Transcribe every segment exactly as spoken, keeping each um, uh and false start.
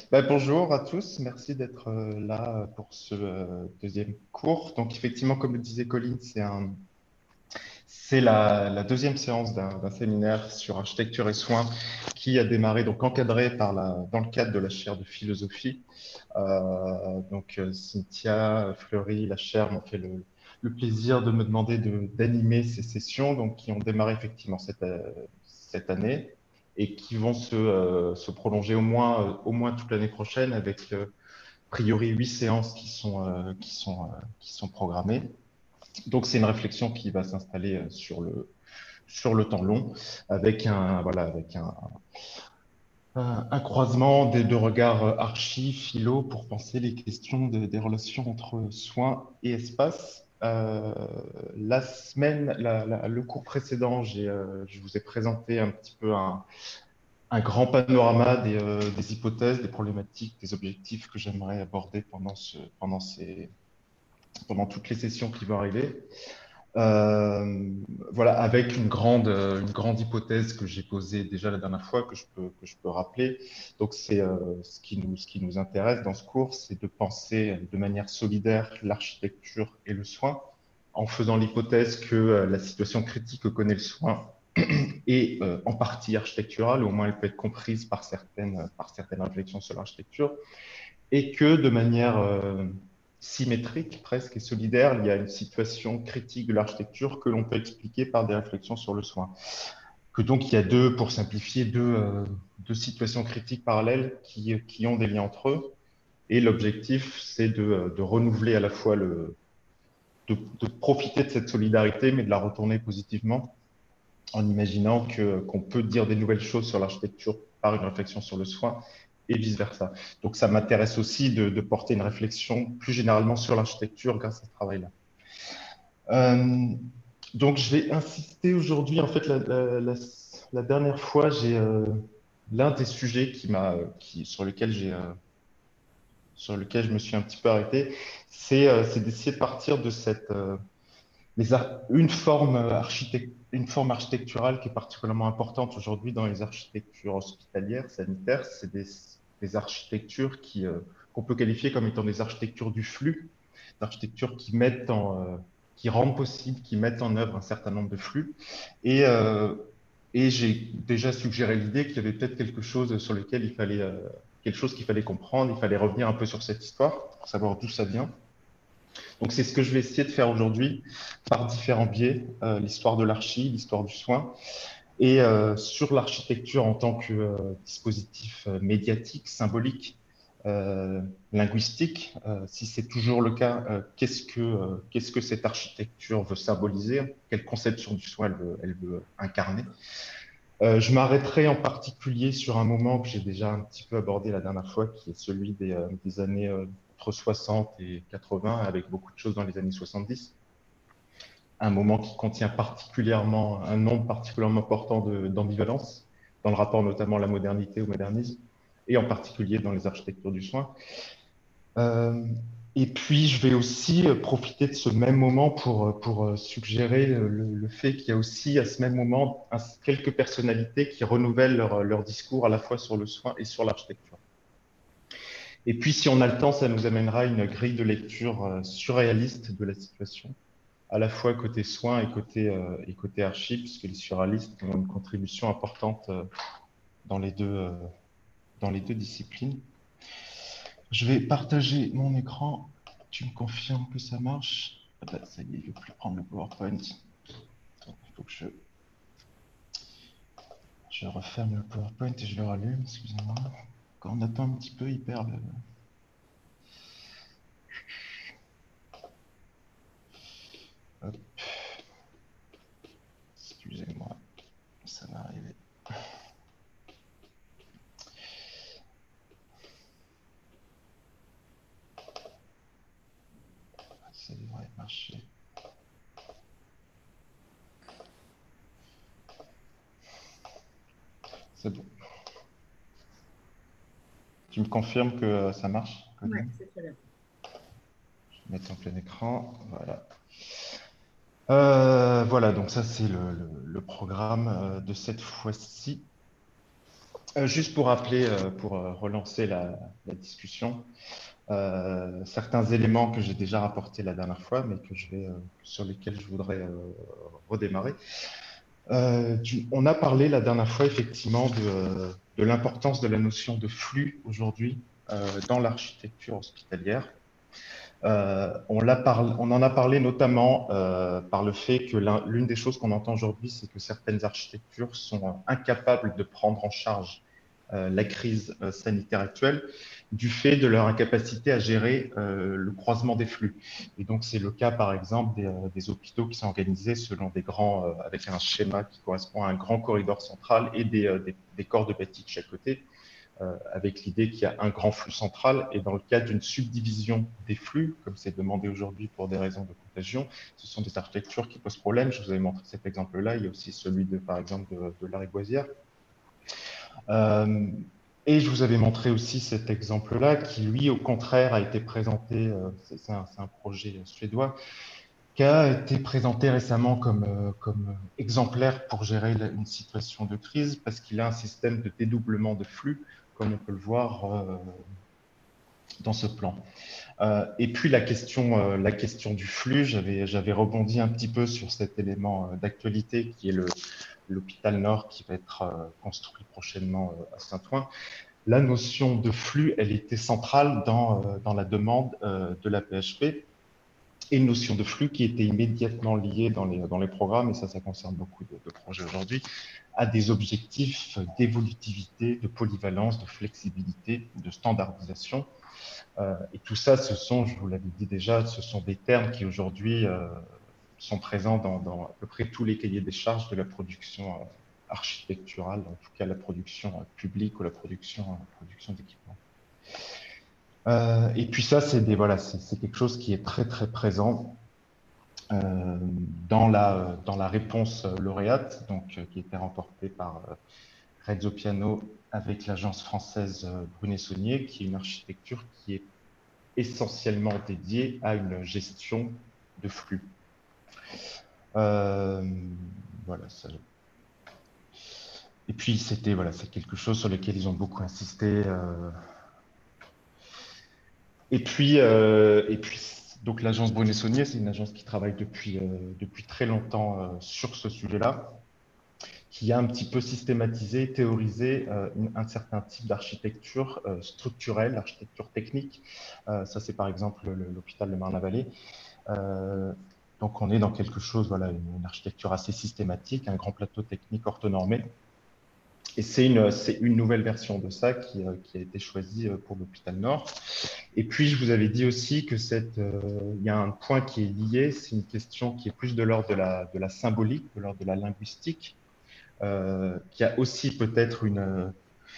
Bah, bonjour à tous, merci d'être euh, là euh, pour ce euh, deuxième cours. Donc effectivement, comme le disait Colline, c'est un, c'est la, la deuxième séance d'un d'un séminaire sur architecture et soins qui a démarré, donc encadré par la, dans le cadre de la chaire de philosophie. Euh, donc euh, Cynthia, Fleury, la chaire m'ont fait le, le plaisir de me demander de- d'animer ces sessions, donc qui ont démarré effectivement cette, euh, cette année et qui vont se, euh, se prolonger au moins, euh, au moins toute l'année prochaine avec euh, a priori huit séances qui sont, euh, qui sont, euh, qui sont programmées. Donc c'est une réflexion qui va s'installer euh, sur le, sur le temps long avec un, voilà, avec un, un, un croisement des deux regards euh, archi, philo pour penser les questions de- des relations entre soins et espace. Euh, la semaine, la- la- le cours précédent, j'ai, euh, je vous ai présenté un petit peu un, un grand panorama des, euh, des hypothèses, des problématiques, des objectifs que j'aimerais aborder pendant ce, pendant ces, pendant toutes les sessions qui vont arriver. Euh, voilà, avec une grande, euh, une grande hypothèse que j'ai posée déjà la dernière fois, que je peux, que je peux rappeler. Donc, c'est euh, ce qui nous, ce qui nous intéresse dans ce cours, c'est de penser de manière solidaire l'architecture et le soin, en faisant l'hypothèse que euh, la situation critique que connaît le soin est euh, en partie architecturale, ou au moins elle peut être comprise par certaines, par certaines réflexions sur l'architecture, et que de manière euh, symétrique presque et solidaire, il y a une situation critique de l'architecture que l'on peut expliquer par des réflexions sur le soin. Que donc il y a deux, pour simplifier, deux, euh, deux situations critiques parallèles qui, qui ont des liens entre eux. Et l'objectif, c'est de, de renouveler à la fois le, de, de profiter de cette solidarité, mais de la retourner positivement en imaginant que, qu'on peut dire des nouvelles choses sur l'architecture par une réflexion sur le soin et vice-versa. Donc ça m'intéresse aussi de, de porter une réflexion plus généralement sur l'architecture grâce à ce travail-là. Euh, donc je vais insister aujourd'hui, en fait, la, la, la, la dernière fois, j'ai euh, l'un des sujets qui m'a, qui, sur lequel j'ai, euh, sur lequel je me suis un petit peu arrêté, c'est euh, c'est d'essayer de partir de cette, euh, les ar- une forme architect- une forme architecturale qui est particulièrement importante aujourd'hui dans les architectures hospitalières, sanitaires, c'est des, des architectures qui, euh, qu'on peut qualifier comme étant des architectures du flux, des architectures qui mettent en, euh, qui rendent possible, qui mettent en œuvre un certain nombre de flux. Et, euh, et j'ai déjà suggéré l'idée qu'il y avait peut-être quelque chose sur lequel il fallait, euh, quelque chose qu'il fallait comprendre, il fallait revenir un peu sur cette histoire pour savoir d'où ça vient. Donc c'est ce que je vais essayer de faire aujourd'hui par différents biais, euh, l'histoire de l'archi, l'histoire du soin, et euh, sur l'architecture en tant que euh, dispositif euh, médiatique, symbolique, euh, linguistique. Euh, si c'est toujours le cas, euh, qu'est-ce que, euh, qu'est-ce que cette architecture veut symboliser? Quelle conception du soin elle veut, elle veut incarner? Euh, je m'arrêterai en particulier sur un moment que j'ai déjà un petit peu abordé la dernière fois, qui est celui des, euh, des années euh, entre soixante et quatre-vingts, avec beaucoup de choses dans les années soixante-dix. Un moment qui contient particulièrement un nombre particulièrement important de- d'ambivalence dans le rapport notamment à la modernité au modernisme, et en particulier dans les architectures du soin. Euh, et puis, je vais aussi euh, profiter de ce même moment pour, euh, pour euh, suggérer euh, le, le fait qu'il y a aussi à ce même moment un- quelques personnalités qui renouvellent leur, leur discours à la fois sur le soin et sur l'architecture. Et puis, si on a le temps, ça nous amènera à une grille de lecture euh, surréaliste de la situation, à la fois côté soins et côté, euh, et côté archi, puisque les surréalistes ont une contribution importante euh, dans les deux, euh, dans les deux disciplines. Je vais partager mon écran. Tu me confirmes que ça marche? Ah bah, ça y est, je ne vais plus prendre le PowerPoint. Il faut que je, je referme le PowerPoint et je le rallume. Excusez-moi. Quand on attend un petit peu, il perd le. Hop, excusez-moi, ça va arriver. Ça devrait marcher. C'est bon. Tu me confirmes que ça marche, Ouais, Colline? c'est très bien. Je vais mettre en plein écran. Voilà. Euh, voilà, donc ça c'est le, le- le programme euh, de cette fois-ci. Euh, juste pour rappeler, euh, pour euh, relancer la, la discussion, euh, certains éléments que j'ai déjà rapportés la dernière fois, mais que je vais, euh, sur lesquels je voudrais euh, redémarrer. Euh, tu- on a parlé la dernière fois effectivement de, euh, de l'importance de la notion de flux aujourd'hui euh, dans l'architecture hospitalière. Euh, on, l'a parlé- on en a parlé notamment euh, par le fait que l'un- l'une des choses qu'on entend aujourd'hui, c'est que certaines architectures sont incapables de prendre en charge euh, la crise euh, sanitaire actuelle du fait de leur incapacité à gérer euh, le croisement des flux. Et donc, c'est le cas, par exemple, des, euh, des hôpitaux qui sont organisés selon des grands, euh, avec un schéma qui correspond à un grand corridor central et des, euh, des, des corps de bâtis de chaque côté, euh, avec l'idée qu'il y a un grand flux central. Et dans le cas d'une subdivision des flux, comme c'est demandé aujourd'hui pour des raisons de contagion, ce sont des architectures qui posent problème. Je vous avais montré cet exemple-là. Il y a aussi celui de, par exemple, de, de Lariboisière. Euh, et je vous avais montré aussi cet exemple-là qui, lui, au contraire, a été présenté, euh, c'est un, un, projet suédois, qui a été présenté récemment comme, euh, comme exemplaire pour gérer la, une situation de crise parce qu'il a un système de dédoublement de flux, comme on peut le voir euh, dans ce plan. Euh, et puis la question, euh, la question du flux, j'avais, j'avais rebondi un petit peu sur cet élément euh, d'actualité qui est le, l'hôpital Nord qui va être euh, construit prochainement euh, à Saint-Ouen. La notion de flux, elle était centrale dans, euh, dans la demande euh, de la P H P et une notion de flux qui était immédiatement liée dans les, dans les programmes, et ça, ça concerne beaucoup de, de projets aujourd'hui, à des objectifs d'évolutivité, de polyvalence, de flexibilité, de standardisation. Euh, et tout ça, ce sont, je vous l'avais dit déjà, ce sont des termes qui aujourd'hui euh, sont présents dans, dans à peu près tous les cahiers des charges de la production euh, architecturale, en tout cas la production euh, publique ou la production, euh, production d'équipements. Euh, et puis ça, c'est des voilà, c'est c'est quelque chose qui est très très présent euh, dans la dans la réponse lauréate, donc euh, qui était remportée par euh, Rezzo Piano avec l'agence française euh, Brunet-Saunier, qui est une architecture qui est essentiellement dédiée à une gestion de flux. Euh, voilà, ça, et puis c'était voilà, c'est quelque chose sur lequel ils ont beaucoup insisté. Euh, et puis euh, et puis donc l'agence Brunet-Saunier, c'est une agence qui travaille depuis euh, depuis très longtemps euh, sur ce sujet-là, qui a un petit peu systématisé, théorisé euh, une, un certain type d'architecture euh, structurelle, architecture technique. Euh, ça c'est par exemple l'hôpital de Marne-la-Vallée. Euh, donc on est dans quelque chose, voilà, une, une architecture assez systématique, un grand plateau technique orthonormé. Et c'est une, c'est une nouvelle version de ça qui, euh, qui a été choisie euh, pour l'hôpital Nord. Et puis, je vous avais dit aussi que cette, euh, il y a un point qui est lié, c'est une question qui est plus de l'ordre de la, de la symbolique, de l'ordre de la linguistique, euh, qui a aussi peut-être une,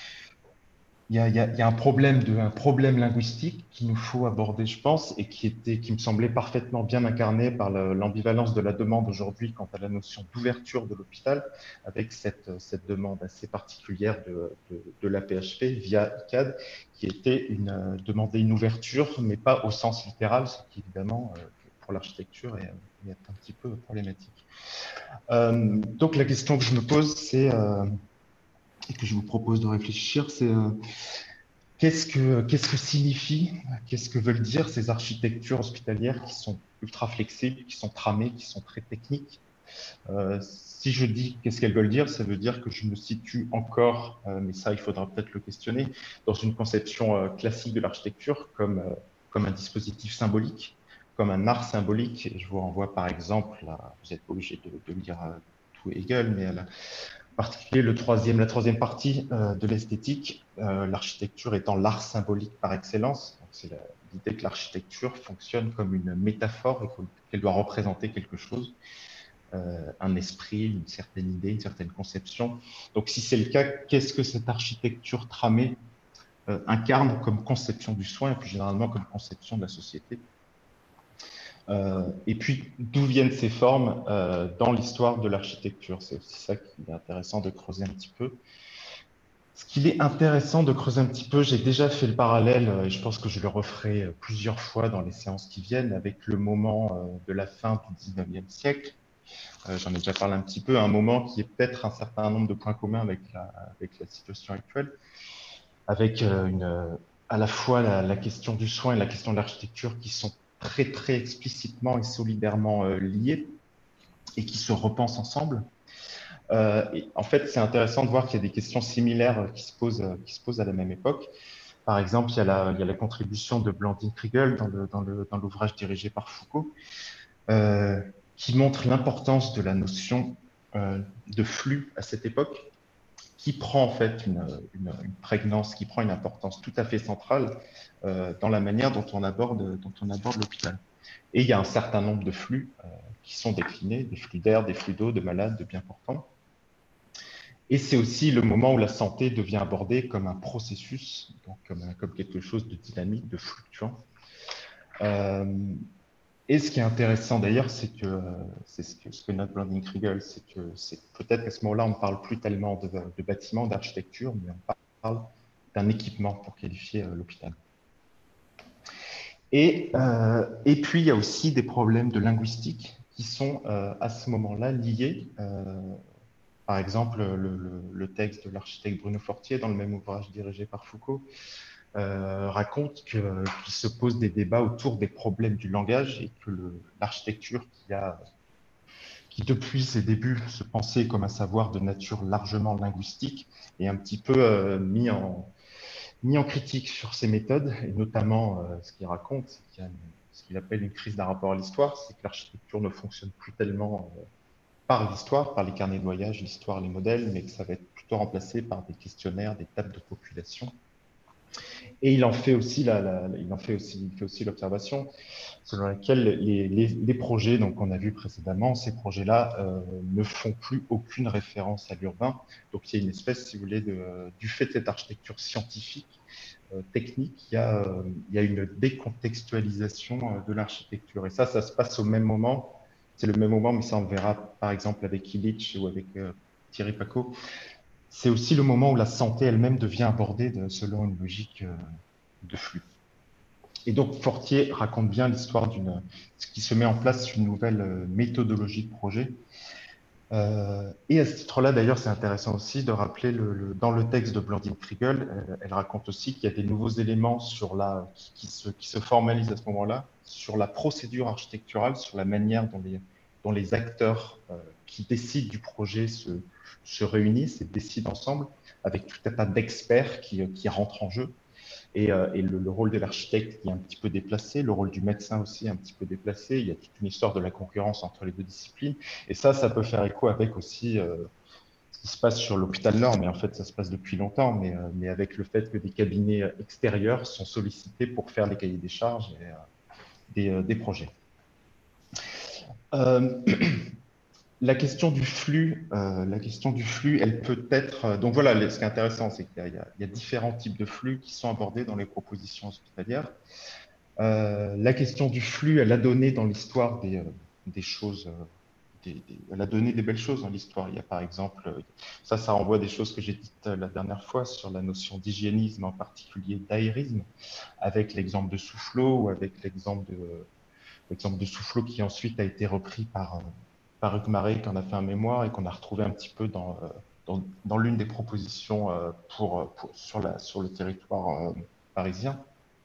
il y a, il y a, il y a un problème de, un problème linguistique qu'il nous faut aborder, je pense, et qui était, qui me semblait parfaitement bien incarné par le- l'ambivalence de la demande aujourd'hui quant à la notion d'ouverture de l'hôpital, avec cette, cette demande assez particulière de, de, de l'A P H P via I C A D, qui était une, euh, demander une ouverture, mais pas au sens littéral, ce qui évidemment, euh, pour l'architecture, est, est un petit peu problématique. Euh, donc la question que je me pose, c'est, euh, et que je vous propose de réfléchir, c'est euh, Qu'est-ce que, qu'est-ce que signifie, qu'est-ce que veulent dire ces architectures hospitalières qui sont ultra flexibles, qui sont tramées, qui sont très techniques? Euh, si je dis qu'est-ce qu'elles veulent dire, ça veut dire que je me situe encore, euh, mais ça, il faudra peut-être le questionner, dans une conception euh, classique de l'architecture comme, euh, comme un dispositif symbolique, comme un art symbolique. Et je vous renvoie par exemple, à- vous n'êtes pas obligé de, de lire euh, tout Hegel, mais à la, en particulier le troisième, la troisième partie euh, de l'esthétique, euh, l'architecture étant l'art symbolique par excellence. Donc, c'est la- l'idée que l'architecture fonctionne comme une métaphore et qu'elle doit représenter quelque chose, euh, un esprit, une certaine idée, une certaine conception. Donc, si c'est le cas, qu'est-ce que cette architecture tramée euh, incarne comme conception du soin et plus généralement comme conception de la société? Euh, et puis, d'où viennent ces formes euh, dans l'histoire de l'architecture? C'est aussi ça qui est intéressant de creuser un petit peu. Ce qu'il est intéressant de creuser un petit peu, j'ai déjà fait le parallèle, euh, et je pense que je le referai euh, plusieurs fois dans les séances qui viennent, avec le moment euh, de la fin du dix-neuvième siècle, Euh, J'en ai déjà parlé un petit peu, à un moment qui est peut-être un certain nombre de points communs avec la, avec la situation actuelle, avec euh, une, euh, à la fois la, la question du soin et la question de l'architecture qui sont très, très explicitement et solidairement euh, liées et qui se repensent ensemble. Euh, et en fait, c'est intéressant de voir qu'il y a des questions similaires qui se posent, qui se posent à la même époque. Par exemple, il y a la, il y a la contribution de Blandine Kriegel dans le, dans le, dans l'ouvrage dirigé par Foucault, euh, qui montre l'importance de la notion euh, de flux à cette époque, qui prend en fait une, une, une prégnance, qui prend une importance tout à fait centrale euh, dans la manière dont on aborde, dont on aborde l'hôpital. Et il y a un certain nombre de flux euh, qui sont déclinés, des flux d'air, des flux d'eau, de malades, de bien portants. Et c'est aussi le moment où la santé devient abordée comme un processus, donc comme, comme quelque chose de dynamique, de fluctuant. Euh, et ce qui est intéressant d'ailleurs, c'est que c'est ce que, ce que note Blandine Kriegel, c'est que c'est peut-être qu'à ce moment-là, on ne parle plus tellement de, de bâtiments, d'architecture, mais on parle d'un équipement pour qualifier euh, l'hôpital. Et, euh, et puis, il y a aussi des problèmes de linguistique qui sont euh, à ce moment-là liés. Euh, par exemple, le, le, le texte de l'architecte Bruno Fortier, dans le même ouvrage dirigé par Foucault, euh, raconte que, qu'il se pose des débats autour des problèmes du langage et que le, l'architecture qui a qui depuis ses débuts se pensait comme un savoir de nature largement linguistique est un petit peu euh, mis en, mis en critique sur ses méthodes, et notamment euh, ce qu'il raconte, c'est qu'il y a une, ce qu'il appelle une crise d'un rapport à l'histoire, c'est que l'architecture ne fonctionne plus tellement euh, par l'histoire, par les carnets de voyage, l'histoire, les modèles, mais que ça va être plutôt remplacé par des questionnaires, des tables de population. Et il en fait aussi, la, la, il en fait aussi, il fait aussi l'observation selon laquelle les, les, les projets, donc qu'on a vu précédemment, ces projets-là euh, ne font plus aucune référence à l'urbain. Donc il y a une espèce, si vous voulez, de, du fait de cette architecture scientifique, euh, technique, il y, a, euh, il y a une décontextualisation euh, de l'architecture. Et ça, ça se passe au même moment. C'est le même moment, mais ça on verra par exemple avec Illich ou avec euh, Thierry Paco. C'est aussi le moment où la santé elle-même devient abordée de, selon une logique euh, de flux. Et donc, Fortier raconte bien l'histoire d'une, ce qui se met en place une nouvelle euh, méthodologie de projet. Euh, et à ce titre-là, d'ailleurs, c'est intéressant aussi de rappeler le, le, dans le texte de Blandine Kriegel, elle, elle raconte aussi qu'il y a des nouveaux éléments sur la, qui, qui, se, qui se formalisent à ce moment-là, sur la procédure architecturale, sur la manière dont les, dont les acteurs euh, qui décident du projet se, se réunissent et décident ensemble, avec tout un tas d'experts qui, qui rentrent en jeu. Et, euh, et le, le, rôle de l'architecte qui est un petit peu déplacé, le rôle du médecin aussi un petit peu déplacé. Il y a toute une histoire de la concurrence entre les deux disciplines. Et ça, ça peut faire écho avec aussi euh, ce qui se passe sur l'hôpital Nord, mais en fait, ça se passe depuis longtemps, mais, euh, mais avec le fait que des cabinets extérieurs sont sollicités pour faire les cahiers des charges et euh, des, euh, des projets. Euh, La question du flux, euh, la question du flux, elle peut être. Euh, donc voilà, ce qui est intéressant, c'est qu'il y a, il y a, il y a différents types de flux qui sont abordés dans les propositions hospitalières. Euh, la question du flux, elle a donné dans l'histoire des, euh, des choses, euh, des, des- elle a donné des belles choses dans l'histoire. Il y a par exemple, euh, ça, ça renvoie à des choses que j'ai dites euh, la dernière fois sur la notion d'hygiénisme, en particulier d'aérisme, avec l'exemple de Soufflot ou avec l'exemple de, l'exemple de Soufflot qui ensuite a été repris par, euh, par Hugues Maret, qui en a fait un mémoire et qu'on a retrouvé un petit peu dans, euh, dans, dans l'une des propositions euh, pour, pour, sur, la, sur le territoire euh, parisien.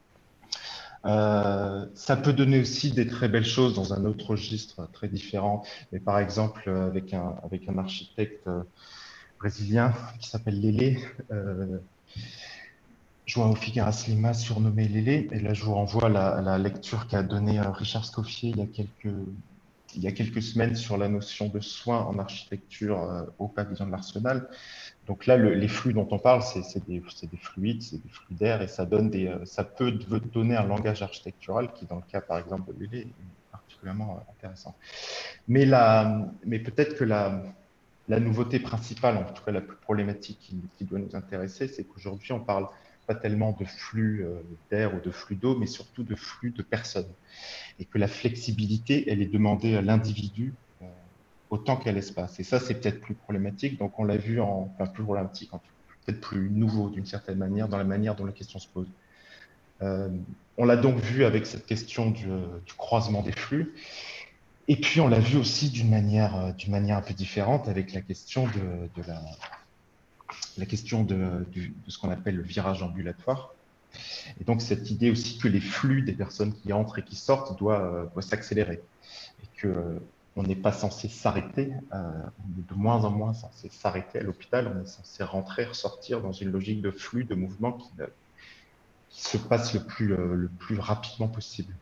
Euh, ça peut donner aussi des très belles choses dans un autre registre très différent, mais par exemple avec un, avec un architecte euh, brésilien qui s'appelle Lélé, euh, João Figueras Lima, surnommé Lélé. Et là, je vous renvoie à la, à la lecture qu'a donnée euh, Richard Scoffier il y a quelques, il y a quelques semaines sur la notion de soins en architecture euh, au pavillon de l'Arsenal. Donc là, le, les flux dont on parle, c'est c'est des, c'est des fluides, c'est des flux d'air, et ça donne des, euh, ça peut donner un langage architectural qui, dans le cas, par exemple, de Lélé, est particulièrement euh, intéressant. Mais, la, mais peut-être que la, la nouveauté principale, en tout cas la plus problématique qui, qui doit nous intéresser, c'est qu'aujourd'hui, on parle pas tellement de flux euh, d'air ou de flux d'eau, mais surtout de flux de personnes. Et que la flexibilité, elle est demandée à l'individu euh, autant qu'à l'espace. Et ça, c'est peut-être plus problématique. Donc, on l'a vu en, enfin, plus problématique, en tout cas, peut-être plus nouveau d'une certaine manière, dans la manière dont la question se pose. Euh, on l'a donc vu avec cette question du, du croisement des flux. Et puis, on l'a vu aussi d'une manière, euh, d'une manière un peu différente avec la question de, de la, la question de, du- de ce qu'on appelle le virage ambulatoire. Et donc, cette idée aussi que les flux des personnes qui entrent et qui sortent doivent, euh, doivent s'accélérer et que euh, on n'est pas censé s'arrêter, euh, on est de moins en moins censé s'arrêter à l'hôpital, on est censé rentrer, ressortir dans une logique de flux, de mouvement qui, euh, qui se passe le plus, euh, le plus rapidement possible.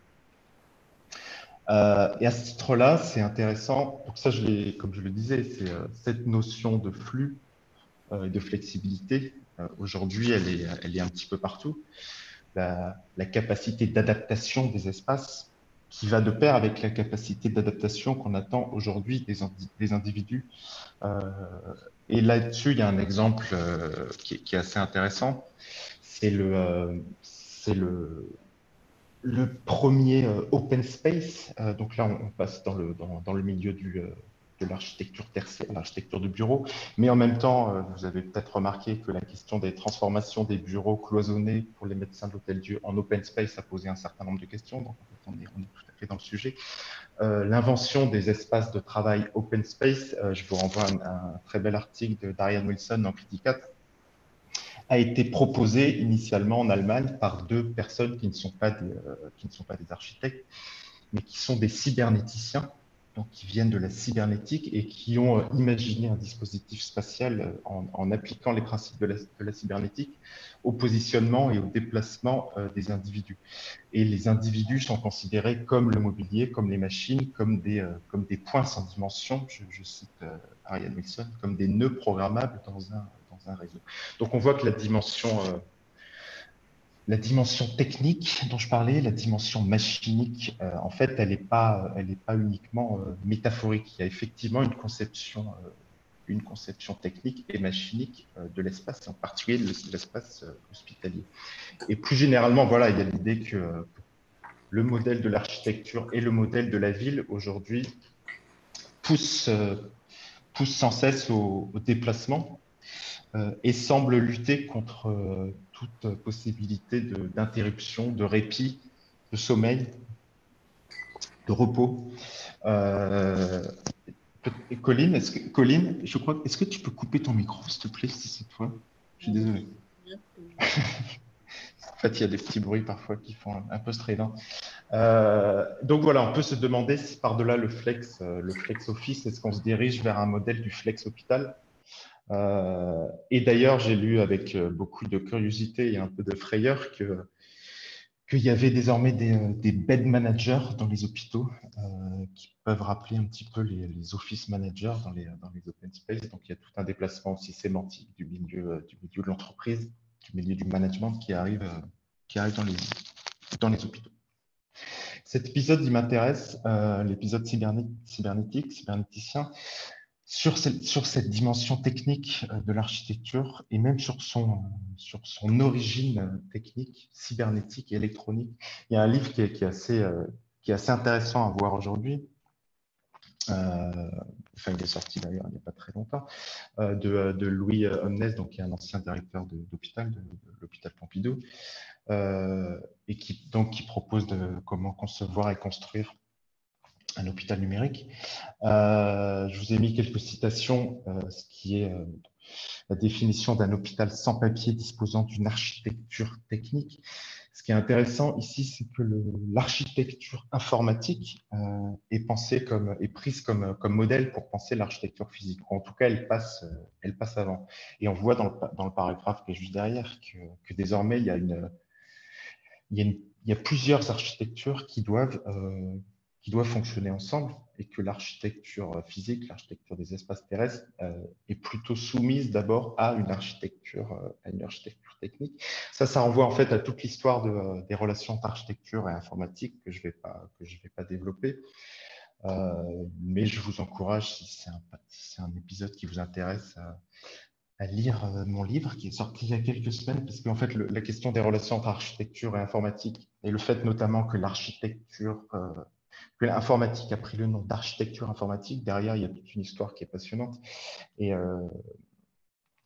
Euh, et à ce titre-là, c'est intéressant. Donc ça, je l'ai, comme je le disais, c'est euh, cette notion de flux euh, et de flexibilité. Euh, aujourd'hui, elle est, elle est un petit peu partout. La, la capacité d'adaptation des espaces qui va de pair avec la capacité d'adaptation qu'on attend aujourd'hui des, indi- des individus. Euh, et là-dessus, il y a un exemple euh, qui, est, qui est assez intéressant. C'est le, euh, c'est le, le premier euh, open space. Euh, donc là, on, on passe dans le, dans, dans le milieu du, euh, de l'architecture tertiaire, l'architecture de bureau. Mais en même temps, euh, vous avez peut-être remarqué que la question des transformations des bureaux cloisonnés pour les médecins de l'Hôtel-Dieu en open space a posé un certain nombre de questions. Donc, en fait, on est, on est tout à fait dans le sujet. Euh, L'invention des espaces de travail open space, euh, je vous renvoie à un, un très bel article d'Ariane Wilson dans Criticat, a été proposé initialement en Allemagne par deux personnes qui ne sont pas des, euh, qui ne sont pas des architectes, mais qui sont des cybernéticiens, donc qui viennent de la cybernétique et qui ont euh, imaginé un dispositif spatial euh, en, en appliquant les principes de la, de la cybernétique au positionnement et au déplacement euh, des individus. Et les individus sont considérés comme le mobilier, comme les machines, comme des, euh, comme des points sans dimension, je, je cite euh, Ariane Wilson, comme des nœuds programmables dans un, dans un réseau. Donc on voit que la dimension, euh, la dimension technique dont je parlais, la dimension machinique, euh, en fait, elle n'est pas, elle est pas uniquement euh, métaphorique. Il y a effectivement une conception, euh, une conception technique et machinique euh, de l'espace, et en particulier de l'espace euh, hospitalier. Et plus généralement, voilà, il y a l'idée que euh, le modèle de l'architecture et le modèle de la ville aujourd'hui poussent, euh, poussent sans cesse au, au déplacement euh, et semblent lutter contre euh, toute possibilité de- d'interruption, de, de répit, de sommeil, de repos. Euh, Colline, est-ce que, Colline, je crois, est-ce que tu peux couper ton micro, s'il te plaît, si cette fois? Je suis désolé. En fait, il y a des petits bruits parfois qui font un, un peu stridents. Euh, donc voilà, on peut se demander si par-delà le flex, euh, le flex office, est-ce qu'on se dirige vers un modèle du flex hôpital? Euh, et d'ailleurs, j'ai lu avec euh, beaucoup de curiosité et un peu de frayeur que qu'il y avait désormais des, euh, des bed managers dans les hôpitaux euh, qui peuvent rappeler un petit peu les, les office managers dans les, dans les open space. Donc il y a tout un déplacement aussi sémantique du milieu, euh, du milieu de l'entreprise, du milieu du management qui arrive, euh, qui arrive dans les, dans les hôpitaux. Cet épisode, il m'intéresse, euh, l'épisode cyberné cybernétique, cybernéticien, sur, cette- sur cette dimension technique euh, de l'architecture et même sur son, euh, sur son origine euh, technique, cybernétique et électronique. Il y a un livre qui est, qui est assez, euh, qui est assez intéressant à voir aujourd'hui. Euh, enfin, il est sorti d'ailleurs il n'y a pas très longtemps, euh, de, de Louis euh, Omnes, donc qui est un ancien directeur de- d'hôpital, de, de l'hôpital Pompidou, euh, et qui, donc, qui propose de comment concevoir et construire un hôpital numérique. Euh, je vous ai mis quelques citations, euh, ce qui est euh, la définition d'un hôpital sans papier disposant d'une architecture technique. Ce qui est intéressant ici, c'est que l'architecture informatique euh, est pensée comme est prise comme, comme modèle pour penser l'architecture physique. En tout cas, elle passe, euh, elle passe avant. Et on voit dans le, dans le paragraphe qui est juste derrière que, que désormais il y a une, il y a, une, il y a plusieurs architectures qui doivent, euh, qui doivent fonctionner ensemble et que l'architecture physique, l'architecture des espaces terrestres euh, est plutôt soumise d'abord à une architecture, euh, à une architecture technique. Ça, ça renvoie en fait à toute l'histoire de, euh, des relations entre architecture et informatique que je vais pas, que je vais pas développer. Euh, mais je vous encourage, si c'est un, si c'est un épisode qui vous intéresse, à, à lire euh, mon livre qui est sorti il y a quelques semaines, parce qu'en fait, le, la question des relations entre architecture et informatique, et le fait notamment que l'architecture, euh, que l'informatique a pris le nom d'architecture informatique, derrière, il y a toute une histoire qui est passionnante. Et, euh,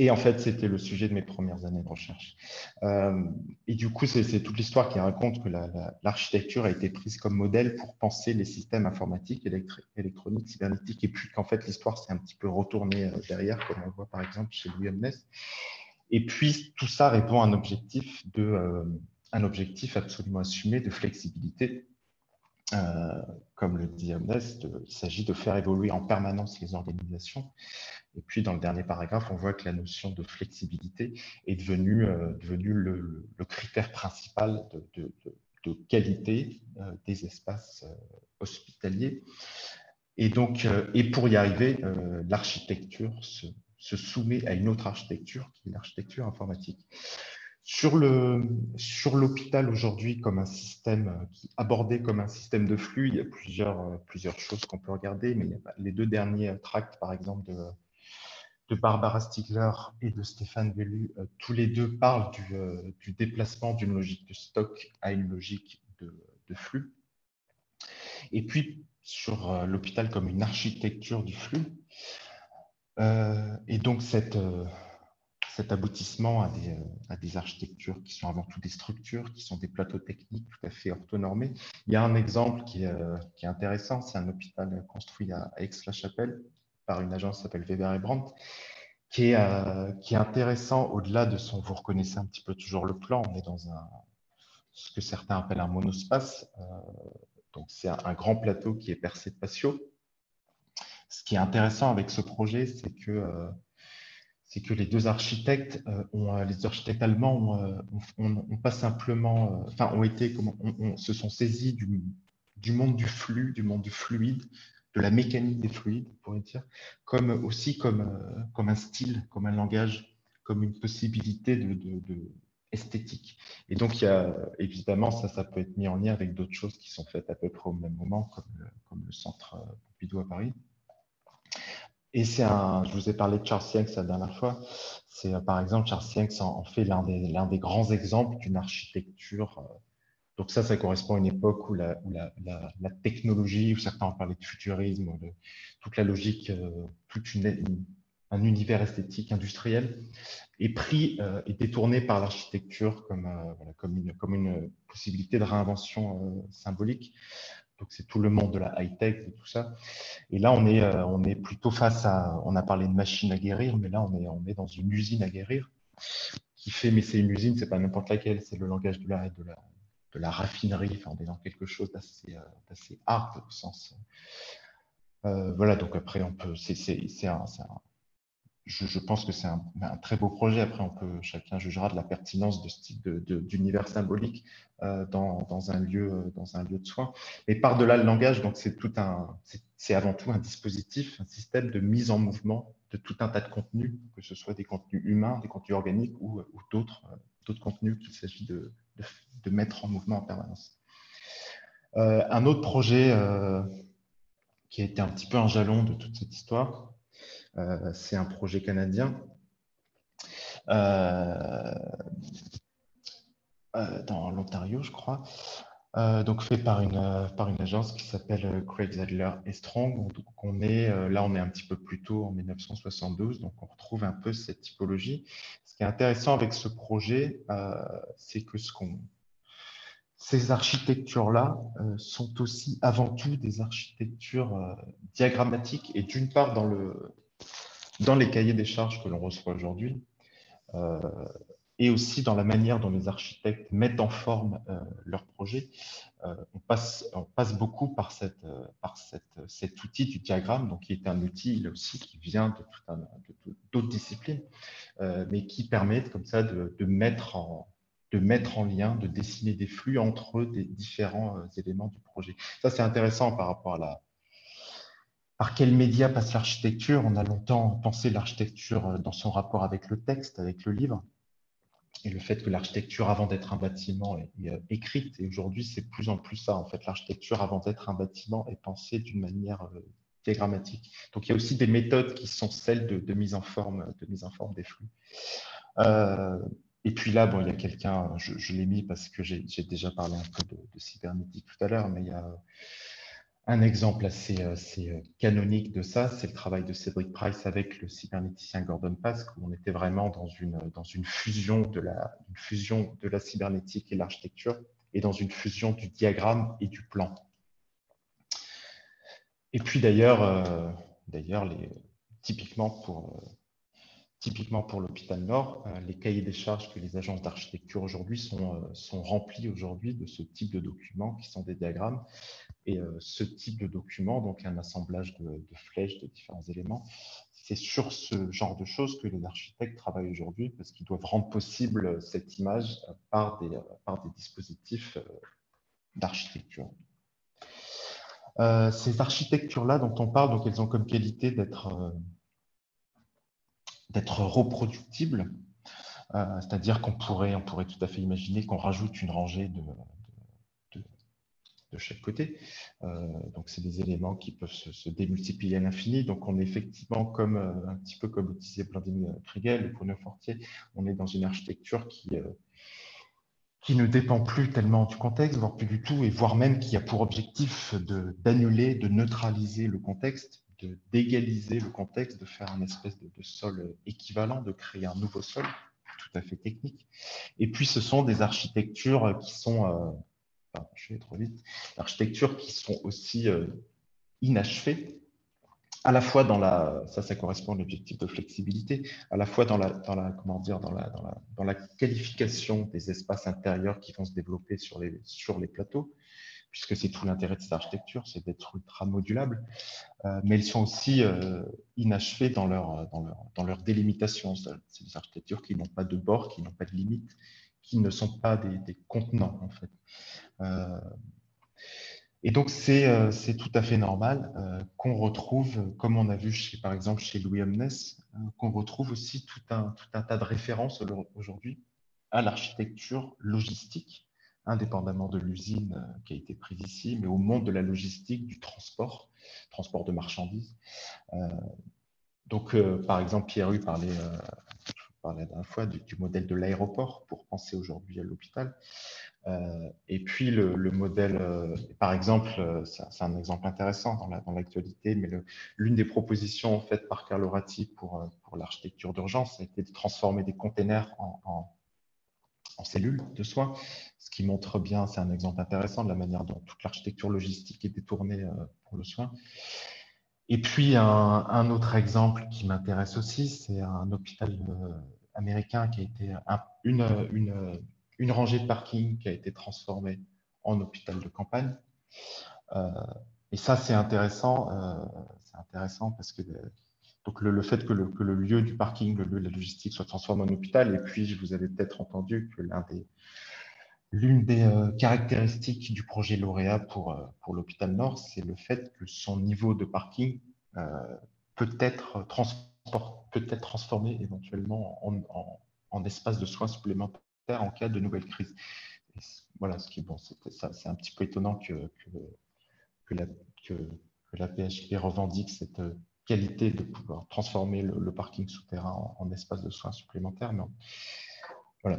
Et en fait, c'était le sujet de mes premières années de recherche. Euh, et du coup, c'est toute l'histoire qui raconte que l'architecture la, la, a été prise comme modèle pour penser les systèmes informatiques, électri électroniques, cybernétiques, et puis qu'en fait, l'histoire s'est un petit peu retournée derrière, comme on voit par exemple chez Louis Homnes. Et puis, tout ça répond à un objectif, de, euh, un objectif absolument assumé de flexibilité. Euh, comme le dit Homnes, il s'agit de faire évoluer en permanence les organisations. Et puis, dans le dernier paragraphe, on voit que la notion de flexibilité est devenue, euh, devenue le, le critère principal de, de, de, de qualité euh, des espaces euh, hospitaliers. Et donc, euh, et pour y arriver, euh, l'architecture se, se soumet à une autre architecture, qui est l'architecture informatique. Sur le, sur l'hôpital aujourd'hui, comme un système qui abordé comme un système de flux, il y a plusieurs, plusieurs choses qu'on peut regarder, mais il y a les deux derniers tracts, par exemple, de de Barbara Stiegler et de Stéphane Bellu, euh, tous les deux parlent du, euh, du déplacement d'une logique de stock à une logique de, de flux. Et puis, sur euh, l'hôpital comme une architecture du flux, euh, et donc cette, euh, cet aboutissement à des, euh, à des architectures qui sont avant tout des structures, qui sont des plateaux techniques tout à fait orthonormés. Il y a un exemple qui est, euh, qui est intéressant, c'est un hôpital construit à, à Aix-la-Chapelle par une agence qui s'appelle Weber et Brandt, qui est, euh, qui est intéressant au-delà de son, vous reconnaissez un petit peu toujours le plan, on est dans un, ce que certains appellent un monospace, euh, donc c'est un, un grand plateau qui est percé de patio. Ce qui est intéressant avec ce projet, c'est que, euh, c'est que les deux architectes, euh, ont, les architectes allemands ont, euh, ont, ont pas simplement, euh, enfin ont été, comment, on, on, se sont saisis du, du monde du flux, du monde du fluide, de la mécanique des fluides, on pourrait dire, comme aussi comme, euh, comme un style, comme un langage, comme une possibilité de, de, de esthétique. Et donc, il y a, évidemment, ça, ça peut être mis en lien avec d'autres choses qui sont faites à peu près au même moment, comme le, comme le centre Pompidou à Paris. Et c'est un, je vous ai parlé de Charles Yanks la dernière fois. C'est par exemple, Charles Yanks en, en fait l'un des, l'un des grands exemples d'une architecture. Euh, donc ça, ça correspond à une époque où la, où la, la, la technologie, où certains ont parlé de futurisme, de, toute la logique, euh, toute une, une, un univers esthétique industriel est pris euh, et détourné par l'architecture comme, euh, voilà, comme, une, comme une possibilité de réinvention euh, symbolique. Donc c'est tout le monde de la high-tech et tout ça. Et là, on est, euh, on est plutôt face à, on a parlé de machine à guérir, mais là, on est, on est dans une usine à guérir qui fait, mais c'est une usine, c'est pas n'importe laquelle, c'est le langage de la, de la, de la raffinerie. Enfin, on est dans quelque chose d'assez, euh, d'assez hard au sens. Euh, voilà, donc après, on peut, c'est, c'est, c'est un, c'est un je, je pense que c'est un, un très beau projet. Après, on peut, chacun jugera de la pertinence de ce type de, de, d'univers symbolique euh, dans, dans un lieu, dans un lieu de soins. Et par-delà le langage, donc c'est tout un, c'est avant tout un dispositif, un système de mise en mouvement de tout un tas de contenus, que ce soit des contenus humains, des contenus organiques ou, ou d'autres, d'autres contenus qu'il s'agit de, de, de mettre en mouvement en permanence. Euh, un autre projet euh, qui a été un petit peu un jalon de toute cette histoire, euh, c'est un projet canadien. Euh, euh, dans l'Ontario, je crois, euh, donc fait par une, euh, par une agence qui s'appelle euh, Craig Zadler et Strong. Donc on est, euh, là, on est un petit peu plus tôt, en mille neuf cent soixante-douze, donc on retrouve un peu cette typologie. Ce qui est intéressant avec ce projet, euh, c'est que ce qu'on, ces architectures-là euh, sont aussi avant tout des architectures euh, diagrammatiques et d'une part dans, le, dans les cahiers des charges que l'on reçoit aujourd'hui, euh, et aussi dans la manière dont les architectes mettent en forme euh, leurs projets. Euh, on, passe, on passe beaucoup par, cette, euh, par cette, cet outil du diagramme, donc qui est un outil là aussi qui vient de tout un, de, d'autres disciplines, euh, mais qui permet comme ça de, de, mettre en, de mettre en lien, de dessiner des flux entre des différents euh, éléments du projet. Ça, c'est intéressant par rapport à la, par quel média passe l'architecture. On a longtemps pensé l'architecture dans son rapport avec le texte, avec le livre. Et le fait que l'architecture, avant d'être un bâtiment, est, est écrite. Et aujourd'hui, c'est de plus en plus ça. En fait, l'architecture, avant d'être un bâtiment, est pensée d'une manière euh, diagrammatique. Donc, il y a aussi des méthodes qui sont celles de, de mise en forme, de mise en forme des flux. Euh, et puis là, bon, il y a quelqu'un, je, je l'ai mis parce que j'ai déjà parlé un peu de, de cybernétique tout à l'heure, mais il y a Un exemple assez, assez canonique de ça, c'est le travail de Cédric Price avec le cybernéticien Gordon Pask, où on était vraiment dans une, dans une fusion de la, une fusion de la cybernétique et l'architecture, et dans une fusion du diagramme et du plan. Et puis d'ailleurs, euh, d'ailleurs, les, typiquement pour, euh, typiquement pour l'hôpital Nord, euh, les cahiers des charges que les agences d'architecture aujourd'hui sont, euh, sont remplis aujourd'hui de ce type de documents qui sont des diagrammes. Et euh, ce type de document, donc un assemblage de, de flèches, de différents éléments, c'est sur ce genre de choses que les architectes travaillent aujourd'hui parce qu'ils doivent rendre possible cette image par des, par des dispositifs d'architecture. Euh, ces architectures-là dont on parle, donc elles ont comme qualité d'être euh, d'être reproductibles, euh, c'est-à-dire qu'on pourrait, on pourrait tout à fait imaginer qu'on rajoute une rangée de, de, de chaque côté. Euh, donc, c'est des éléments qui peuvent se, se démultiplier à l'infini. Donc, on est effectivement comme euh, un petit peu comme le disait Blandine Kriegel, le Bruno Fortier, on est dans une architecture qui, euh, qui ne dépend plus tellement du contexte, voire plus du tout, et voire même qui a pour objectif de d'annuler, de neutraliser le contexte, de d'égaliser le contexte, de faire un espèce de, de sol équivalent, de créer un nouveau sol tout à fait technique. Et puis, ce sont des architectures qui sont euh, Enfin, je vais trop vite, architectures qui sont aussi euh, inachevées, à la fois dans la, ça, ça correspond à l'objectif de flexibilité, à la fois dans la, dans la, comment dire, dans la, dans la, dans la qualification des espaces intérieurs qui vont se développer sur les, sur les plateaux, puisque c'est tout l'intérêt de cette architecture, c'est d'être ultra modulable, euh, mais elles sont aussi euh, inachevées dans leur, dans leur, dans leur délimitation. C'est des architectures qui n'ont pas de bords, qui n'ont pas de limites, qui ne sont pas des, des contenants, en fait. Euh, Et donc, c'est euh, c'est tout à fait normal euh, qu'on retrouve, comme on a vu chez, par exemple chez Louis Omnes, euh, qu'on retrouve aussi tout un, tout un tas de références aujourd'hui à l'architecture logistique, indépendamment de l'usine euh, qui a été prise ici, mais au monde de la logistique, du transport, transport de marchandises. Euh, donc, euh, par exemple, Pierre Hu parlait, euh, parlait la dernière fois du, du modèle de l'aéroport pour penser aujourd'hui à l'hôpital. Euh, et puis le, le modèle, euh, par exemple, euh, c'est un exemple intéressant dans la, dans l'actualité, mais l'une des propositions faites par Carlo Ratti pour, euh, pour l'architecture d'urgence a été de transformer des containers en, en, en cellules de soins, ce qui montre bien, c'est un exemple intéressant de la manière dont toute l'architecture logistique est détournée euh, pour le soin. Et puis un, un autre exemple qui m'intéresse aussi, c'est un hôpital euh, américain qui a été un, une, une, une rangée de parking qui a été transformée en hôpital de campagne. Euh, et ça, c'est intéressant, euh, c'est intéressant parce que donc le, le fait que le, que le lieu du parking, le lieu de la logistique soit transformé en hôpital. Et puis, vous avez peut-être entendu que l'un des L'une des euh, caractéristiques du projet lauréat pour, euh, pour l'hôpital Nord, c'est le fait que son niveau de parking euh, peut être transport, peut être transformé éventuellement en, en, en espace de soins supplémentaires en cas de nouvelle crise. Et voilà, ce qui est bon, c'est un petit peu étonnant que, que, que, la, que, que la P H P revendique cette qualité de pouvoir transformer le, le parking souterrain en, en espace de soins supplémentaires. Mais voilà.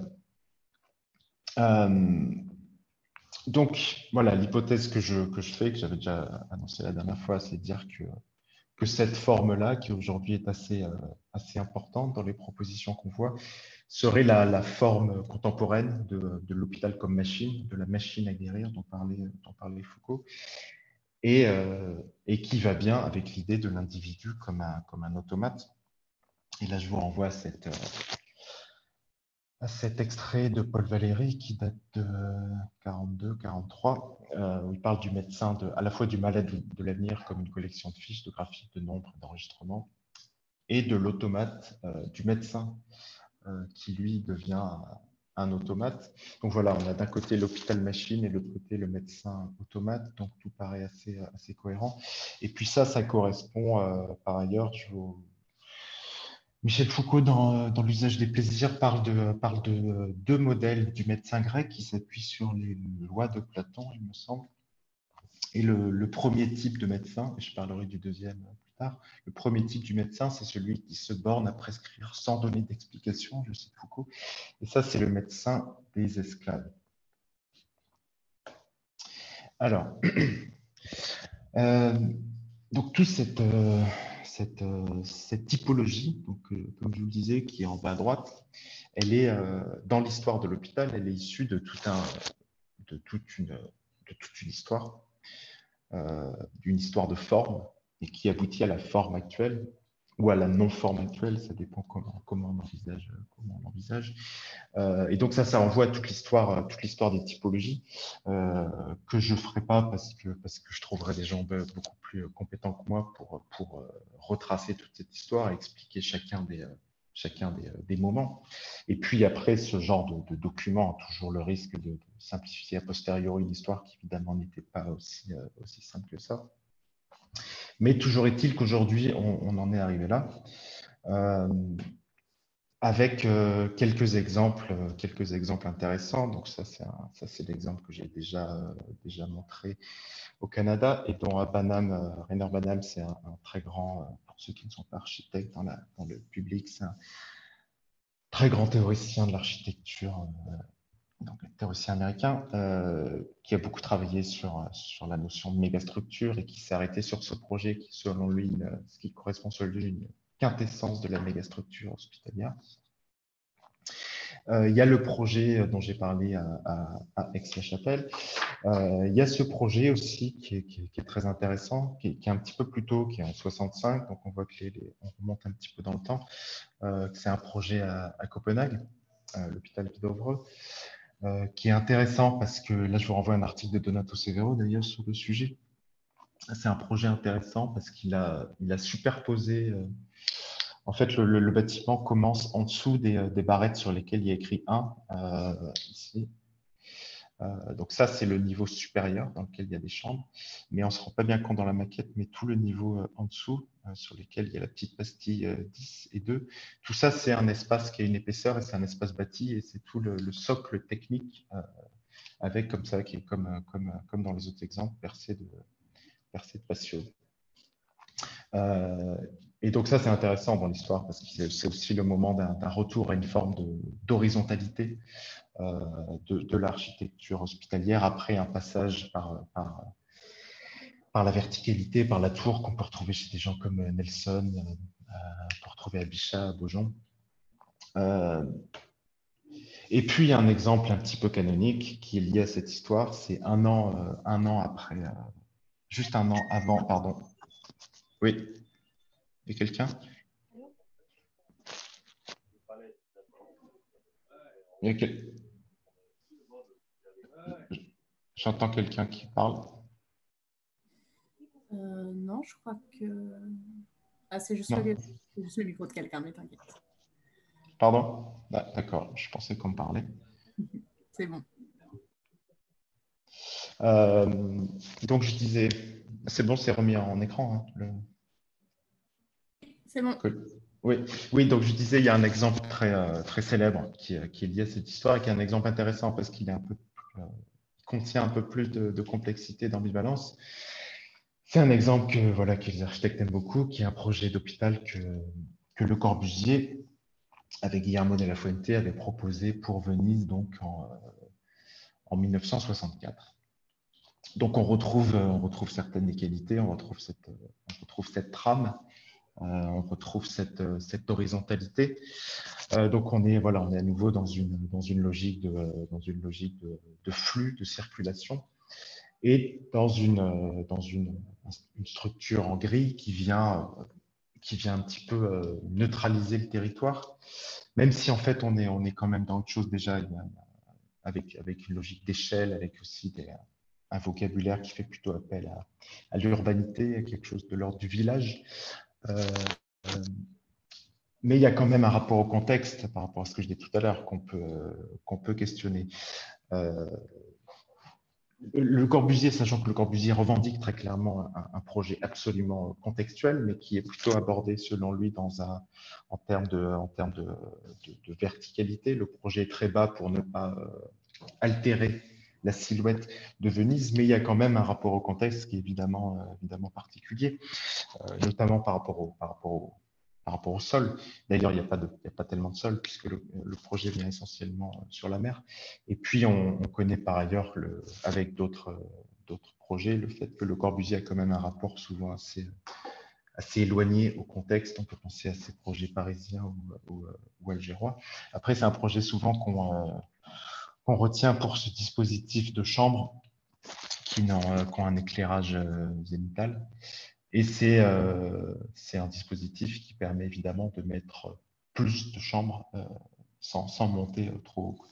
Euh, Donc, voilà, l'hypothèse que je, que je fais, que j'avais déjà annoncé la dernière fois, c'est de dire que, que cette forme-là, qui aujourd'hui est assez, euh, assez importante dans les propositions qu'on voit, serait la, la forme contemporaine de, de l'hôpital comme machine, de la machine à guérir dont parlait, dont parlait Foucault, et, euh, et qui va bien avec l'idée de l'individu comme un, comme un automate. Et là, je vous renvoie à cette, euh, à cet extrait de Paul Valéry qui date de quarante-deux quarante-trois, euh, où il parle du médecin, de, à la fois du malade de l'avenir comme une collection de fiches, de graphiques, de nombres, d'enregistrements, et de l'automate, euh, du médecin euh, qui lui devient un, un automate. Donc voilà, on a d'un côté l'hôpital machine et de l'autre côté le médecin automate, donc tout paraît assez, assez cohérent. Et puis ça, ça correspond euh, par ailleurs, je vous Michel Foucault, dans, dans l'usage des plaisirs, parle de, parle de deux modèles du médecin grec qui s'appuient sur les lois de Platon, il me semble. Et le, le premier type de médecin, et je parlerai du deuxième plus tard, le premier type du médecin, c'est celui qui se borne à prescrire sans donner d'explication, je cite Foucault. Et ça, c'est le médecin des esclaves. Alors, Euh, donc, toute cette, euh, cette, euh, cette typologie, donc, euh, comme je vous le disais, qui est en bas à droite, elle est euh, dans l'histoire de l'hôpital, elle est issue de, tout un, de, toute, une, de toute une histoire, euh, d'une histoire de forme, et qui aboutit à la forme actuelle ou à la non-forme actuelle, ça dépend comment, comment on envisage. Comment on envisage. Euh, et donc ça, ça envoie toute l'histoire, toute l'histoire des typologies euh, que je ferai pas parce que parce que je trouverais des gens beaucoup plus compétents que moi pour pour euh, retracer toute cette histoire et expliquer chacun des euh, chacun des, euh, des moments. Et puis après, ce genre de, de document a toujours le risque de, de simplifier a posteriori l'histoire qui évidemment n'était pas aussi euh, aussi simple que ça. Mais toujours est-il qu'aujourd'hui, on, on en est arrivé là. Euh, avec euh, quelques exemples, euh, quelques exemples intéressants. Donc ça, c'est un- ça, c'est l'exemple que j'ai déjà euh, déjà montré au Canada et dont à Banham, euh, Rainer Banham, c'est un, un très grand, euh, pour ceux qui ne sont pas architectes dans la, dans le public, c'est un très grand théoricien de l'architecture, euh, donc un théoricien américain, euh, qui a beaucoup travaillé sur sur la notion de mégastructure et qui s'est arrêté sur ce projet qui, selon lui, une- ce qui correspond selon lui une quintessence de la mégastructure hospitalière. Euh, il y a le projet euh, dont j'ai parlé à, à, à Aix-la-Chapelle. Euh, il y a ce projet aussi qui est, qui est, qui est très intéressant, qui est, qui est, un petit peu plus tôt, qui est en soixante-cinq, donc on voit que les, les, on remonte un petit peu dans le temps. Euh, c'est un projet à, à Copenhague, euh, l'hôpital de Dovre, euh, qui est intéressant parce que là, je vous renvoie un article de Donato Severo d'ailleurs sur le sujet. C'est un projet intéressant parce qu'il a, il a superposé. Euh, en fait, le, le, le, bâtiment commence en dessous des, des barrettes sur lesquelles il y a écrit un, euh, ici. Euh, donc ça, c'est le niveau supérieur dans lequel il y a des chambres, mais on ne se rend pas bien compte dans la maquette, mais tout le niveau euh, en dessous, euh, sur lesquels il y a la petite pastille euh, dix et deux, tout ça, c'est un espace qui a une épaisseur et c'est un espace bâti et c'est tout le, le socle technique euh, avec comme ça, qui est comme, euh, comme, euh, comme dans les autres exemples, percé de, percé de patio. Euh, et donc ça, c'est intéressant dans l'histoire parce que c'est aussi le moment d'un retour à une forme d'horizontalité euh, de, de l'architecture hospitalière après un passage par, par, par la verticalité, par la tour qu'on peut retrouver chez des gens comme Nelson, euh, qu'on peut retrouver à Bichat, à Beaujon. Euh, et puis, il y a un exemple un petit peu canonique qui est lié à cette histoire. C'est un an, euh, un an après, euh, juste un an avant, pardon. Oui, il y a quelqu'un? Il y a quel... J'entends quelqu'un qui parle. Euh, non, je crois que. Ah, c'est juste, le... juste le micro de quelqu'un, mais t'inquiète. Pardon? Ah, d'accord, je pensais qu'on me parlait. C'est bon. Euh, donc, je disais, c'est bon, c'est remis en écran. Hein, le... C'est bon. Cool. Oui, oui, donc je disais, il y a un exemple très, euh, très célèbre qui, qui est lié à cette histoire et qui est un exemple intéressant parce qu'il est un peu, euh, contient un peu plus de, de complexité, d'ambivalence. C'est un exemple que, voilà, que les architectes aiment beaucoup, qui est un projet d'hôpital que, que Le Corbusier, avec Guillermo de la Fuente, avait proposé pour Venise donc en, en mille neuf cent soixante-quatre. Donc on retrouve, on retrouve certaines des qualités, on retrouve cette, on retrouve cette trame, euh, on retrouve cette, cette horizontalité. Euh, donc on est, voilà, on est à nouveau dans une, dans une logique, de, dans une logique de, de flux, de circulation, et dans une, dans une, une structure en grille qui vient, qui vient un petit peu euh, neutraliser le territoire, même si en fait on est, on est quand même dans autre chose déjà, avec, avec une logique d'échelle, avec aussi des, un vocabulaire qui fait plutôt appel à, à l'urbanité, à quelque chose de l'ordre du village. Euh, euh, mais il y a quand même un rapport au contexte par rapport à ce que je disais tout à l'heure qu'on peut, qu'on peut questionner. Euh, le Corbusier, sachant que Le Corbusier revendique très clairement un, un, projet absolument contextuel, mais qui est plutôt abordé selon lui dans un, en termes de, en termes de, de, de verticalité. Le projet est très bas pour ne pas euh, altérer la silhouette de Venise, mais il y a quand même un rapport au contexte qui est évidemment, euh, évidemment particulier, euh, notamment par rapport au, par rapport au, par rapport au sol. D'ailleurs, il n'y a pas de, il y a pas tellement de sol puisque le, le projet vient essentiellement sur la mer. Et puis, on, on connaît par ailleurs, le, avec d'autres, d'autres projets, le fait que Le Corbusier a quand même un rapport souvent assez, assez éloigné au contexte. On peut penser à ces projets parisiens ou, ou, ou algérois. Après, c'est un projet souvent qu'on euh, qu'on retient pour ce dispositif de chambre qui, n'ont, euh, qui ont un éclairage euh, zénithal. Et c'est euh, c'est un dispositif qui permet évidemment de mettre plus de chambres euh, sans, sans monter euh, trop haut.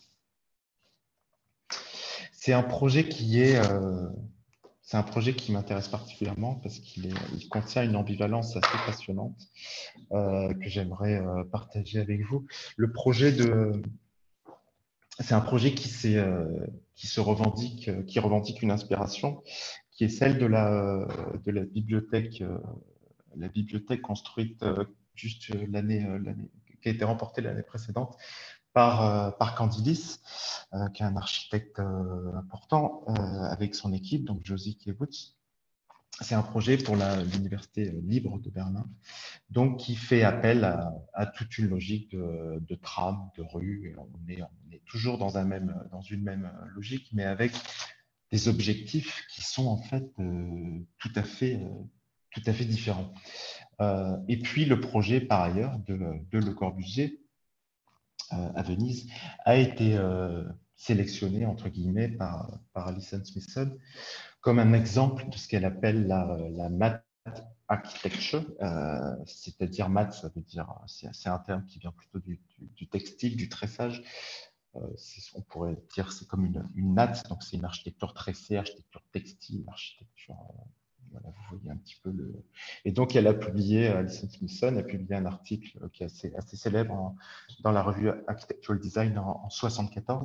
C'est un projet qui est, euh, c'est un projet qui m'intéresse particulièrement parce qu'il est, il contient une ambivalence assez passionnante euh, que j'aimerais euh, partager avec vous. Le projet de, c'est un projet qui, s'est, euh, qui se revendique, euh, qui revendique une inspiration, qui est celle de la, de la bibliothèque, euh, la bibliothèque construite euh, juste l'année, euh, l'année, qui a été remportée l'année précédente par, euh, par Candilis, euh, qui est un architecte euh, important, euh, avec son équipe, donc Josie Kiewicz. C'est un projet pour la- l'Université libre de Berlin, donc qui fait appel à, à toute une logique de, de tram, de rue. On est, on est toujours dans, un même, dans une même logique, mais avec des objectifs qui sont en fait euh, tout à fait, euh, tout à fait différents. Euh, et puis le projet, par ailleurs, de, de Le Corbusier, euh, à Venise, a été euh, sélectionné, entre guillemets, par, par Alison Smithson comme un exemple de ce qu'elle appelle la, la matte architecture, euh, c'est-à-dire matte, ça veut dire, c'est, c'est un terme qui vient plutôt du, du, du textile, du tressage. Euh, c'est, on pourrait dire c'est comme une, une natte, donc c'est une architecture tressée, architecture textile, architecture. Euh, voilà, vous voyez un petit peu le. Et donc, elle a publié, Alison Smithson a publié un article qui est assez, assez célèbre en, dans la revue Architectural Design en, en soixante-quatorze.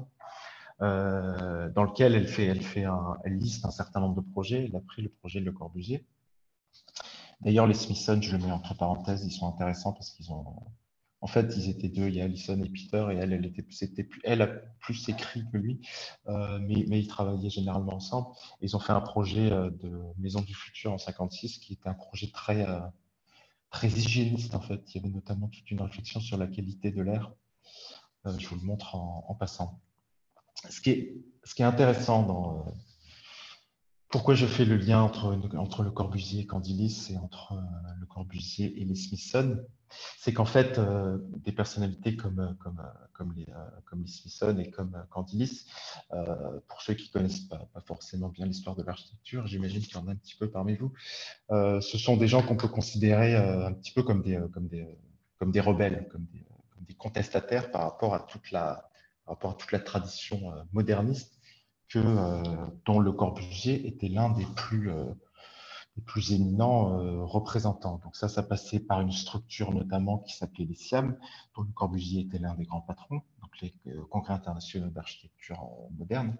Euh, dans lequel elle fait, elle fait un, elle liste un certain nombre de projets. Elle a pris le projet de Le Corbusier. D'ailleurs, les Smithson, je le mets entre parenthèses, ils sont intéressants parce qu'ils ont, en fait, ils étaient deux. Il y a Alison et Peter, et elle, elle était, c'était plus, elle a plus écrit que lui, euh, mais, mais ils travaillaient généralement ensemble. Et ils ont fait un projet euh, de Maison du Futur en cinquante-six, qui était un projet très, euh, très hygiéniste en fait. Il y avait notamment toute une réflexion sur la qualité de l'air. Euh, je vous le montre en, en passant. Ce qui est, ce qui est intéressant dans euh, pourquoi je fais le lien entre, entre Le Corbusier et Candilis et entre euh, Le Corbusier et les Smithson, c'est qu'en fait, euh, des personnalités comme, comme, comme, les, euh, comme les Smithson et comme Candilis, euh, pour ceux qui ne connaissent pas, pas forcément bien l'histoire de l'architecture, j'imagine qu'il y en a un petit peu parmi vous, euh, ce sont des gens qu'on peut considérer euh, un petit peu comme des, comme des, comme des rebelles, comme des, comme des contestataires par rapport à toute la, par rapport à toute la tradition euh, moderniste que, euh, dont Le Corbusier était l'un des plus, euh, des plus éminents euh, représentants. Donc ça, ça passait par une structure notamment qui s'appelait les SIAM, dont Le Corbusier était l'un des grands patrons, donc les euh, congrès internationaux d'architecture moderne.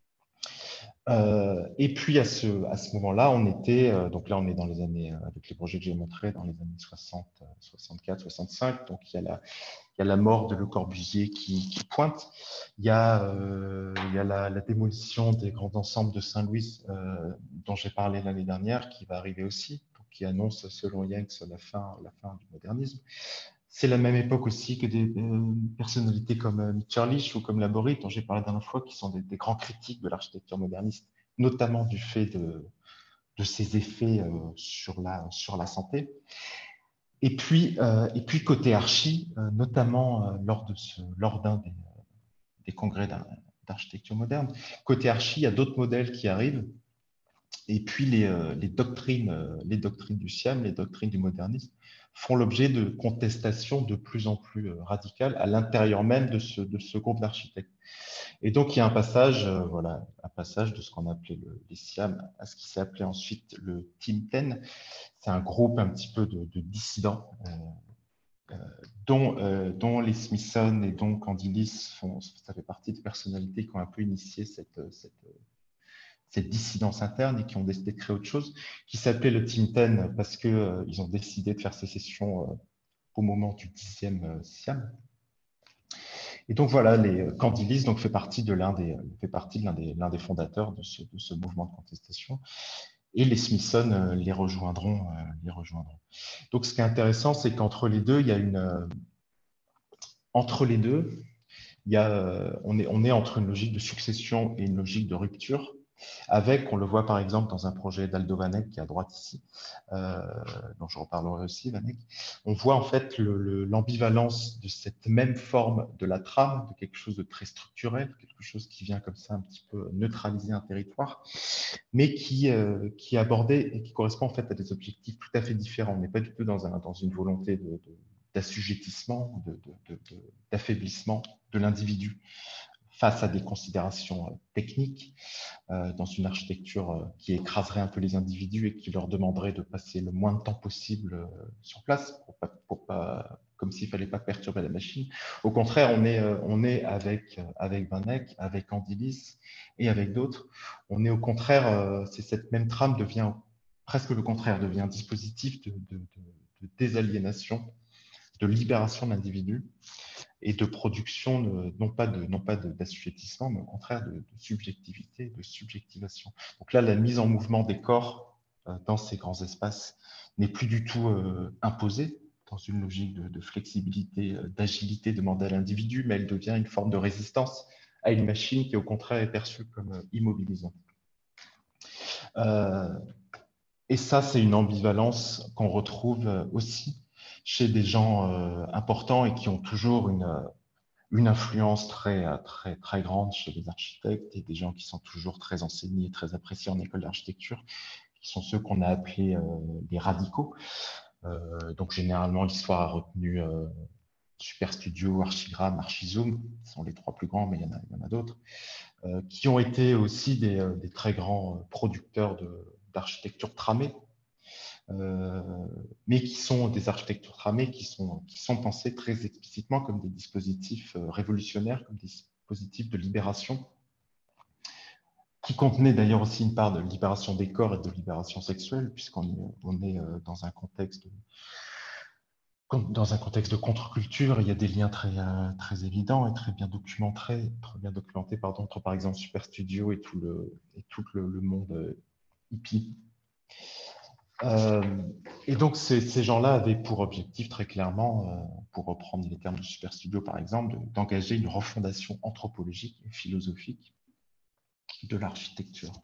Euh, et puis à ce, à ce moment-là, on était, euh, donc là on est dans les années, euh, avec les projets que j'ai montrés, dans les années soixante, soixante-quatre, soixante-cinq, donc il y a la, il y a la mort de Le Corbusier qui, qui pointe, il y a, euh, il y a la, la démolition des grands ensembles de Saint-Louis euh, dont j'ai parlé l'année dernière, qui va arriver aussi, donc qui annonce selon Yanks la fin, la fin du modernisme. C'est la même époque aussi que des euh, personnalités comme euh, Mitscherlich ou comme Laborit, dont j'ai parlé la dernière fois, qui sont des, des grands critiques de l'architecture moderniste, notamment du fait de, de ses effets euh, sur, la, sur la santé. Et puis, euh, et puis côté archi, euh, notamment euh, lors, de ce, lors d'un des, des congrès d'architecture moderne, côté archi, il y a d'autres modèles qui arrivent. Et puis les, euh, les, doctrines, euh, les doctrines du SIAM, les doctrines du modernisme, font l'objet de contestations de plus en plus euh, radicales à l'intérieur même de ce, de ce groupe d'architectes. Et donc il y a un passage, euh, voilà, un passage de ce qu'on appelait le, les SIAM à ce qui s'est appelé ensuite le Team dix. C'est un groupe un petit peu de, de dissidents, euh, euh, dont, euh, dont les Smithson et dont Candilis font, ça fait partie des personnalités qui ont un peu initié cette, cette cette dissidence interne et qui ont décidé de créer autre chose, qui s'appelait le Team dix parce qu'ils euh, ont décidé de faire sécession euh, au moment du dixième euh, SIAM. Et donc voilà, les Candilis donc, fait partie de l'un des, fait partie de l'un des, l'un des fondateurs de ce, de ce mouvement de contestation. Et les Smithson euh, les, rejoindront, euh, les rejoindront. Donc ce qui est intéressant, c'est qu'entre les deux, il y a une. Euh, entre les deux, il y a, euh, on, est, on est entre une logique de succession et une logique de rupture. Avec, on le voit par exemple dans un projet d'Aldo Vanek qui est à droite ici, euh, dont je reparlerai aussi, Vanek, on voit en fait l'ambivalence de cette même forme de la trame, de quelque chose de très structurel, quelque chose qui vient comme ça un petit peu neutraliser un territoire, mais qui, euh, qui est abordé et qui correspond en fait à des objectifs tout à fait différents. On n'est pas du tout dans, un, dans une volonté de, de, d'assujettissement, de, de, de, d'affaiblissement de l'individu face à des considérations techniques, euh, dans une architecture euh, qui écraserait un peu les individus et qui leur demanderait de passer le moins de temps possible euh, sur place, pour pas, pour pas, comme s'il fallait pas perturber la machine. Au contraire, on est, euh, on est avec, euh, avec Vanek, avec Andilis et avec d'autres, on est au contraire, euh, c'est cette même trame devient presque le contraire, devient un dispositif de, de, de, de désaliénation, de libération de l'individu et de production, de, non pas de, non pas d'assujettissement, mais au contraire de, de subjectivité, de subjectivation. Donc là, la mise en mouvement des corps euh, dans ces grands espaces n'est plus du tout euh, imposée dans une logique de, de flexibilité, euh, d'agilité demandée à l'individu, mais elle devient une forme de résistance à une machine qui, au contraire, est perçue comme euh, immobilisante. Euh, et ça, c'est une ambivalence qu'on retrouve euh, aussi chez des gens euh, importants et qui ont toujours une une influence très, très, très grande chez les architectes et des gens qui sont toujours très enseignés, très appréciés en école d'architecture, qui sont ceux qu'on a appelés euh, les radicaux. Euh, donc, généralement, l'histoire a retenu euh, Superstudio, Archigram, Archizoom, ce sont les trois plus grands, mais il y en a, il y en a d'autres, euh, qui ont été aussi des, euh, des très grands producteurs d'architecture tramée, Euh, mais qui sont des architectures tramées qui sont, qui sont pensées très explicitement comme des dispositifs euh, révolutionnaires, comme des dispositifs de libération, qui contenaient d'ailleurs aussi une part de libération des corps et de libération sexuelle, puisqu'on est, on est euh, dans un contexte de, dans un contexte de contre-culture. Il y a des liens très, euh, très évidents et très bien documentés, très bien documentés pardon, entre par exemple Superstudio et tout le, et tout le, le monde euh, hippie. Euh, et donc, ces, ces gens-là avaient pour objectif, très clairement, euh, pour reprendre les termes de Superstudio par exemple, d'engager une refondation anthropologique et philosophique de l'architecture.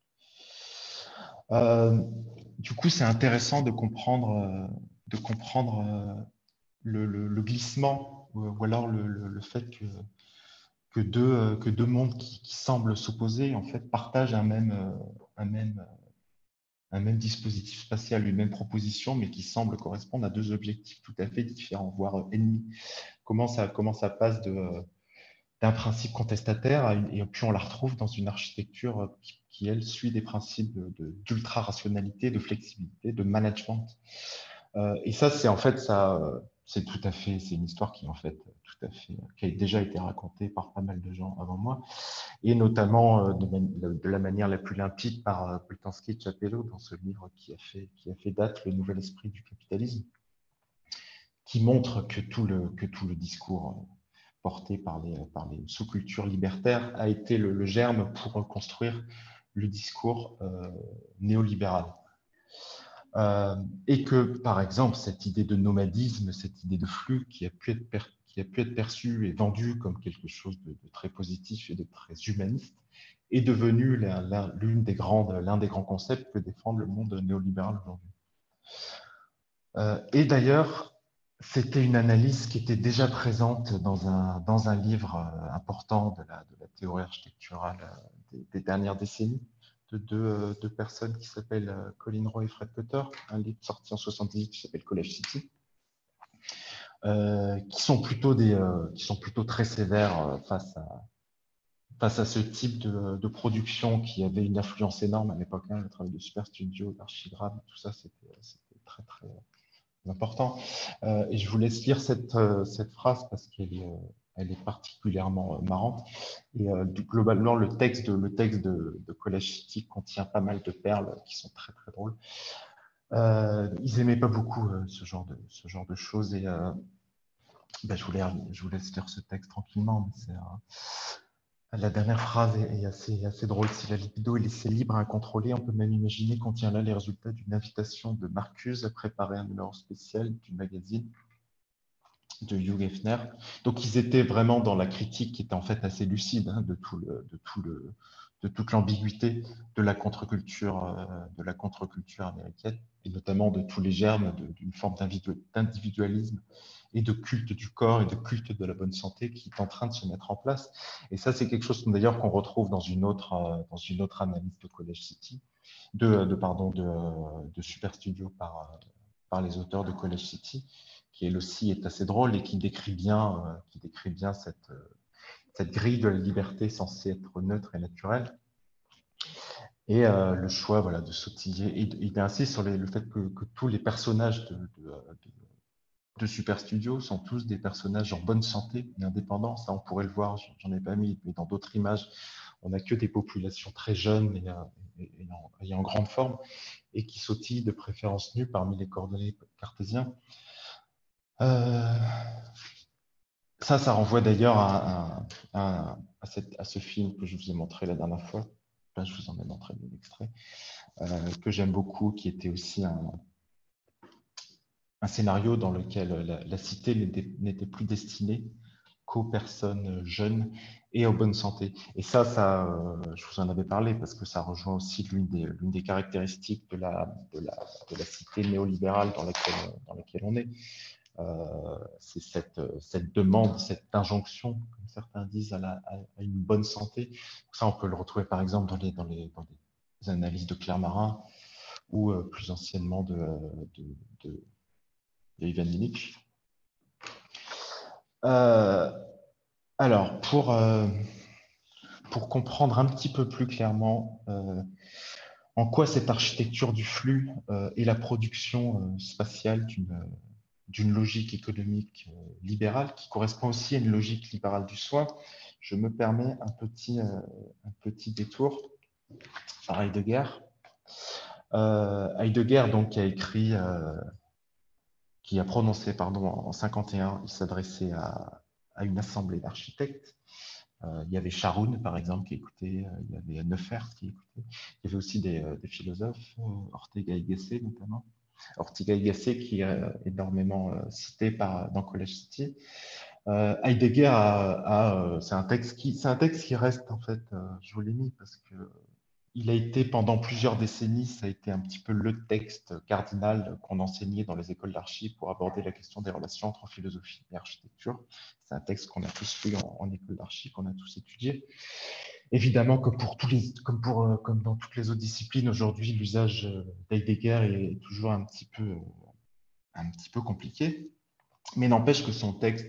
Euh, du coup, c'est intéressant de comprendre, euh, de comprendre euh, le, le, le glissement ou, ou alors le, le, le fait que, que, deux, euh, que deux mondes qui, qui semblent s'opposer en fait partagent un même, euh, un même un même dispositif spatial, une même proposition, mais qui semble correspondre à deux objectifs tout à fait différents, voire ennemis. Comment ça, comment ça passe d'un principe contestataire à une, et puis on la retrouve dans une architecture qui, qui elle, suit des principes d'ultra-rationalité, de, de flexibilité, de management. Euh, et ça, c'est en fait, ça, c'est tout à fait, c'est une histoire qui, en fait, tout à fait, qui a déjà été racontée par pas mal de gens avant moi, et notamment euh, de, de la manière la plus limpide par euh, Boltanski et Chapello dans ce livre qui a fait, qui a fait date, Le Nouvel Esprit du Capitalisme, qui montre que tout le, que tout le discours porté par les, par les sous-cultures libertaires a été le, le germe pour reconstruire le discours euh, néolibéral. Euh, et que, par exemple, cette idée de nomadisme, cette idée de flux qui a pu être, per, qui a pu être perçue et vendue comme quelque chose de, de très positif et de très humaniste, est devenu l'une des grandes, l'un des grands concepts que défend le monde néolibéral aujourd'hui. Euh, et d'ailleurs, c'était une analyse qui était déjà présente dans un, dans un livre euh, important de la, de la théorie architecturale euh, des, des dernières décennies, de deux, deux personnes qui s'appellent euh, Colin Roy et Fred Cutter, un livre sorti en soixante-dix-huit qui s'appelle College City, euh, qui, sont plutôt des, euh, qui sont plutôt très sévères euh, face à, face à ce type de, de production qui avait une influence énorme à l'époque, hein, le travail de Superstudio, d'Archigram, tout ça, c'était très, très important. Euh, et je vous laisse lire cette, euh, cette phrase parce qu'elle est, euh, elle est particulièrement euh, marrante. Et euh, globalement, le texte de, le texte de, de College City contient pas mal de perles qui sont très, très drôles. Euh, ils n'aimaient pas beaucoup euh, ce, genre de, ce genre de choses. Et euh, ben, je, vous laisse, je vous laisse lire ce texte tranquillement. Mais c'est, euh, la dernière phrase est assez, assez drôle. Si la libido est laissée libre à incontrôlée, on peut même imaginer qu'on tient là les résultats d'une invitation de Marcuse à préparer un numéro spécial du magazine de Hugh Hefner. Donc, ils étaient vraiment dans la critique qui était en fait assez lucide hein, de, tout le, de, tout le, de toute l'ambiguïté de la contre-culture euh, de la contre-culture américaine, et notamment de tous les germes d'une forme d'individualisme et de culte du corps et de culte de la bonne santé qui est en train de se mettre en place. Et ça, c'est quelque chose d'ailleurs qu'on retrouve dans une autre, euh, dans une autre analyse de College City, de, de, pardon, de, de Super Studio par, par les auteurs de College City, qui elle aussi est assez drôle et qui décrit bien, euh, qui décrit bien cette, euh, cette grille de la liberté censée être neutre et naturelle. Et euh, le choix voilà, de sautiller. Et il insiste sur les, le fait que, que tous les personnages de, de, de, de Super Studio sont tous des personnages en bonne santé et indépendants. Ça, on pourrait le voir, j'en ai pas mis, mais dans d'autres images, on n'a que des populations très jeunes et, et, et, en, et en grande forme, et qui sautillent de préférence nues parmi les coordonnées cartésiens. Euh, ça, ça renvoie d'ailleurs à, à, à, à, cette, à ce film que je vous ai montré la dernière fois. Là, je vous en ai montré un extrait, euh, que j'aime beaucoup, qui était aussi un, un scénario dans lequel la, la cité n'était plus destinée qu'aux personnes jeunes et aux bonnes santé. Et ça, ça euh, je vous en avais parlé parce que ça rejoint aussi l'une des, l'une des caractéristiques de la, de, la, de la cité néolibérale dans laquelle, dans laquelle on est. Euh, c'est cette, cette demande, cette injonction, comme certains disent, à, la, à une bonne santé. Ça, on peut le retrouver par exemple dans les, dans les, dans les analyses de Claire Marin ou euh, plus anciennement de, de, de, de Ivan Illich. Euh, alors, pour, euh, pour comprendre un petit peu plus clairement euh, en quoi cette architecture du flux euh, est la production euh, spatiale d'une d'une logique économique euh, libérale qui correspond aussi à une logique libérale du soin, je me permets un petit, euh, un petit détour par Heidegger. Euh, Heidegger, donc, qui a écrit, euh, qui a prononcé, pardon, en cinquante et un, il s'adressait à, à une assemblée d'architectes. Euh, il y avait Charoun, par exemple, qui écoutait, euh, il y avait Neufert qui écoutait, il y avait aussi des, euh, des philosophes, euh, Ortega y Gasset notamment. Ortega y Gasset qui est euh, énormément euh, cité par, dans College City. Euh, Heidegger a, a euh, c'est un texte qui, c'est un texte qui reste en fait, euh, je vous l'ai mis parce que il a été pendant plusieurs décennies, ça a été un petit peu le texte cardinal qu'on enseignait dans les écoles d'archi pour aborder la question des relations entre philosophie et architecture. C'est un texte qu'on a tous lu en, en école d'archi, qu'on a tous étudié. Évidemment, comme pour tous les, comme pour, euh, comme dans toutes les autres disciplines aujourd'hui, l'usage d'Heidegger est toujours un petit peu, un petit peu compliqué. Mais n'empêche que son texte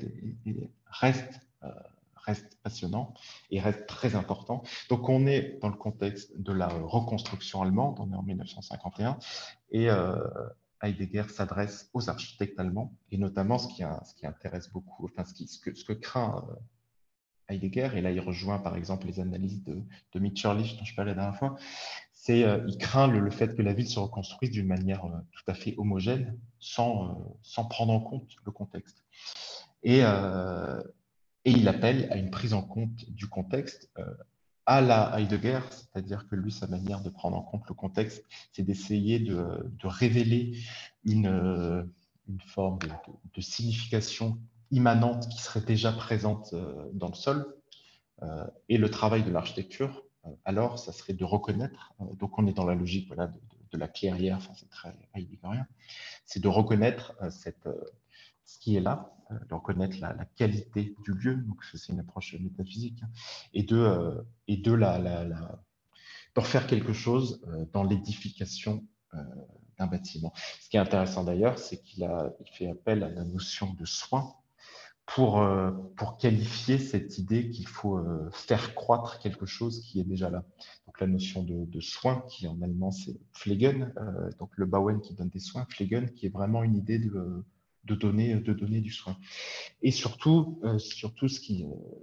reste, euh, reste passionnant et reste très important. Donc, on est dans le contexte de la reconstruction allemande, on est en mille neuf cent cinquante et un, et euh, Heidegger s'adresse aux architectes allemands, et notamment ce qui, ce qui intéresse beaucoup, enfin, ce, qui, ce, que, ce que craint euh, Heidegger, et là il rejoint par exemple les analyses de, de Mitscherlich dont je parlais la dernière fois, c'est euh, il craint le, le fait que la ville se reconstruise d'une manière euh, tout à fait homogène, sans, euh, sans prendre en compte le contexte. Et, euh, et il appelle à une prise en compte du contexte euh, à la Heidegger, c'est-à-dire que lui, sa manière de prendre en compte le contexte, c'est d'essayer de, de révéler une, euh, une forme de, de, de signification immanente qui serait déjà présente euh, dans le sol. Euh, et le travail de l'architecture, euh, alors, ça serait de reconnaître, euh, donc on est dans la logique voilà, de, de, de la clairière, enfin, c'est très heideggerien, c'est de reconnaître euh, cette, euh, ce qui est là, euh, de reconnaître la, la qualité du lieu, donc c'est une approche métaphysique, hein, et de, euh, et de la, la, la, d'en faire quelque chose euh, dans l'édification euh, d'un bâtiment. Ce qui est intéressant d'ailleurs, c'est qu'il a, il fait appel à la notion de soin pour, euh, pour qualifier cette idée qu'il faut euh, faire croître quelque chose qui est déjà là. Donc la notion de, de soin, qui en allemand c'est Pflegen, euh, donc le Bauen qui donne des soins, Pflegen qui est vraiment une idée de, de, donner, de donner du soin. Et surtout, euh, surtout ce qui, euh,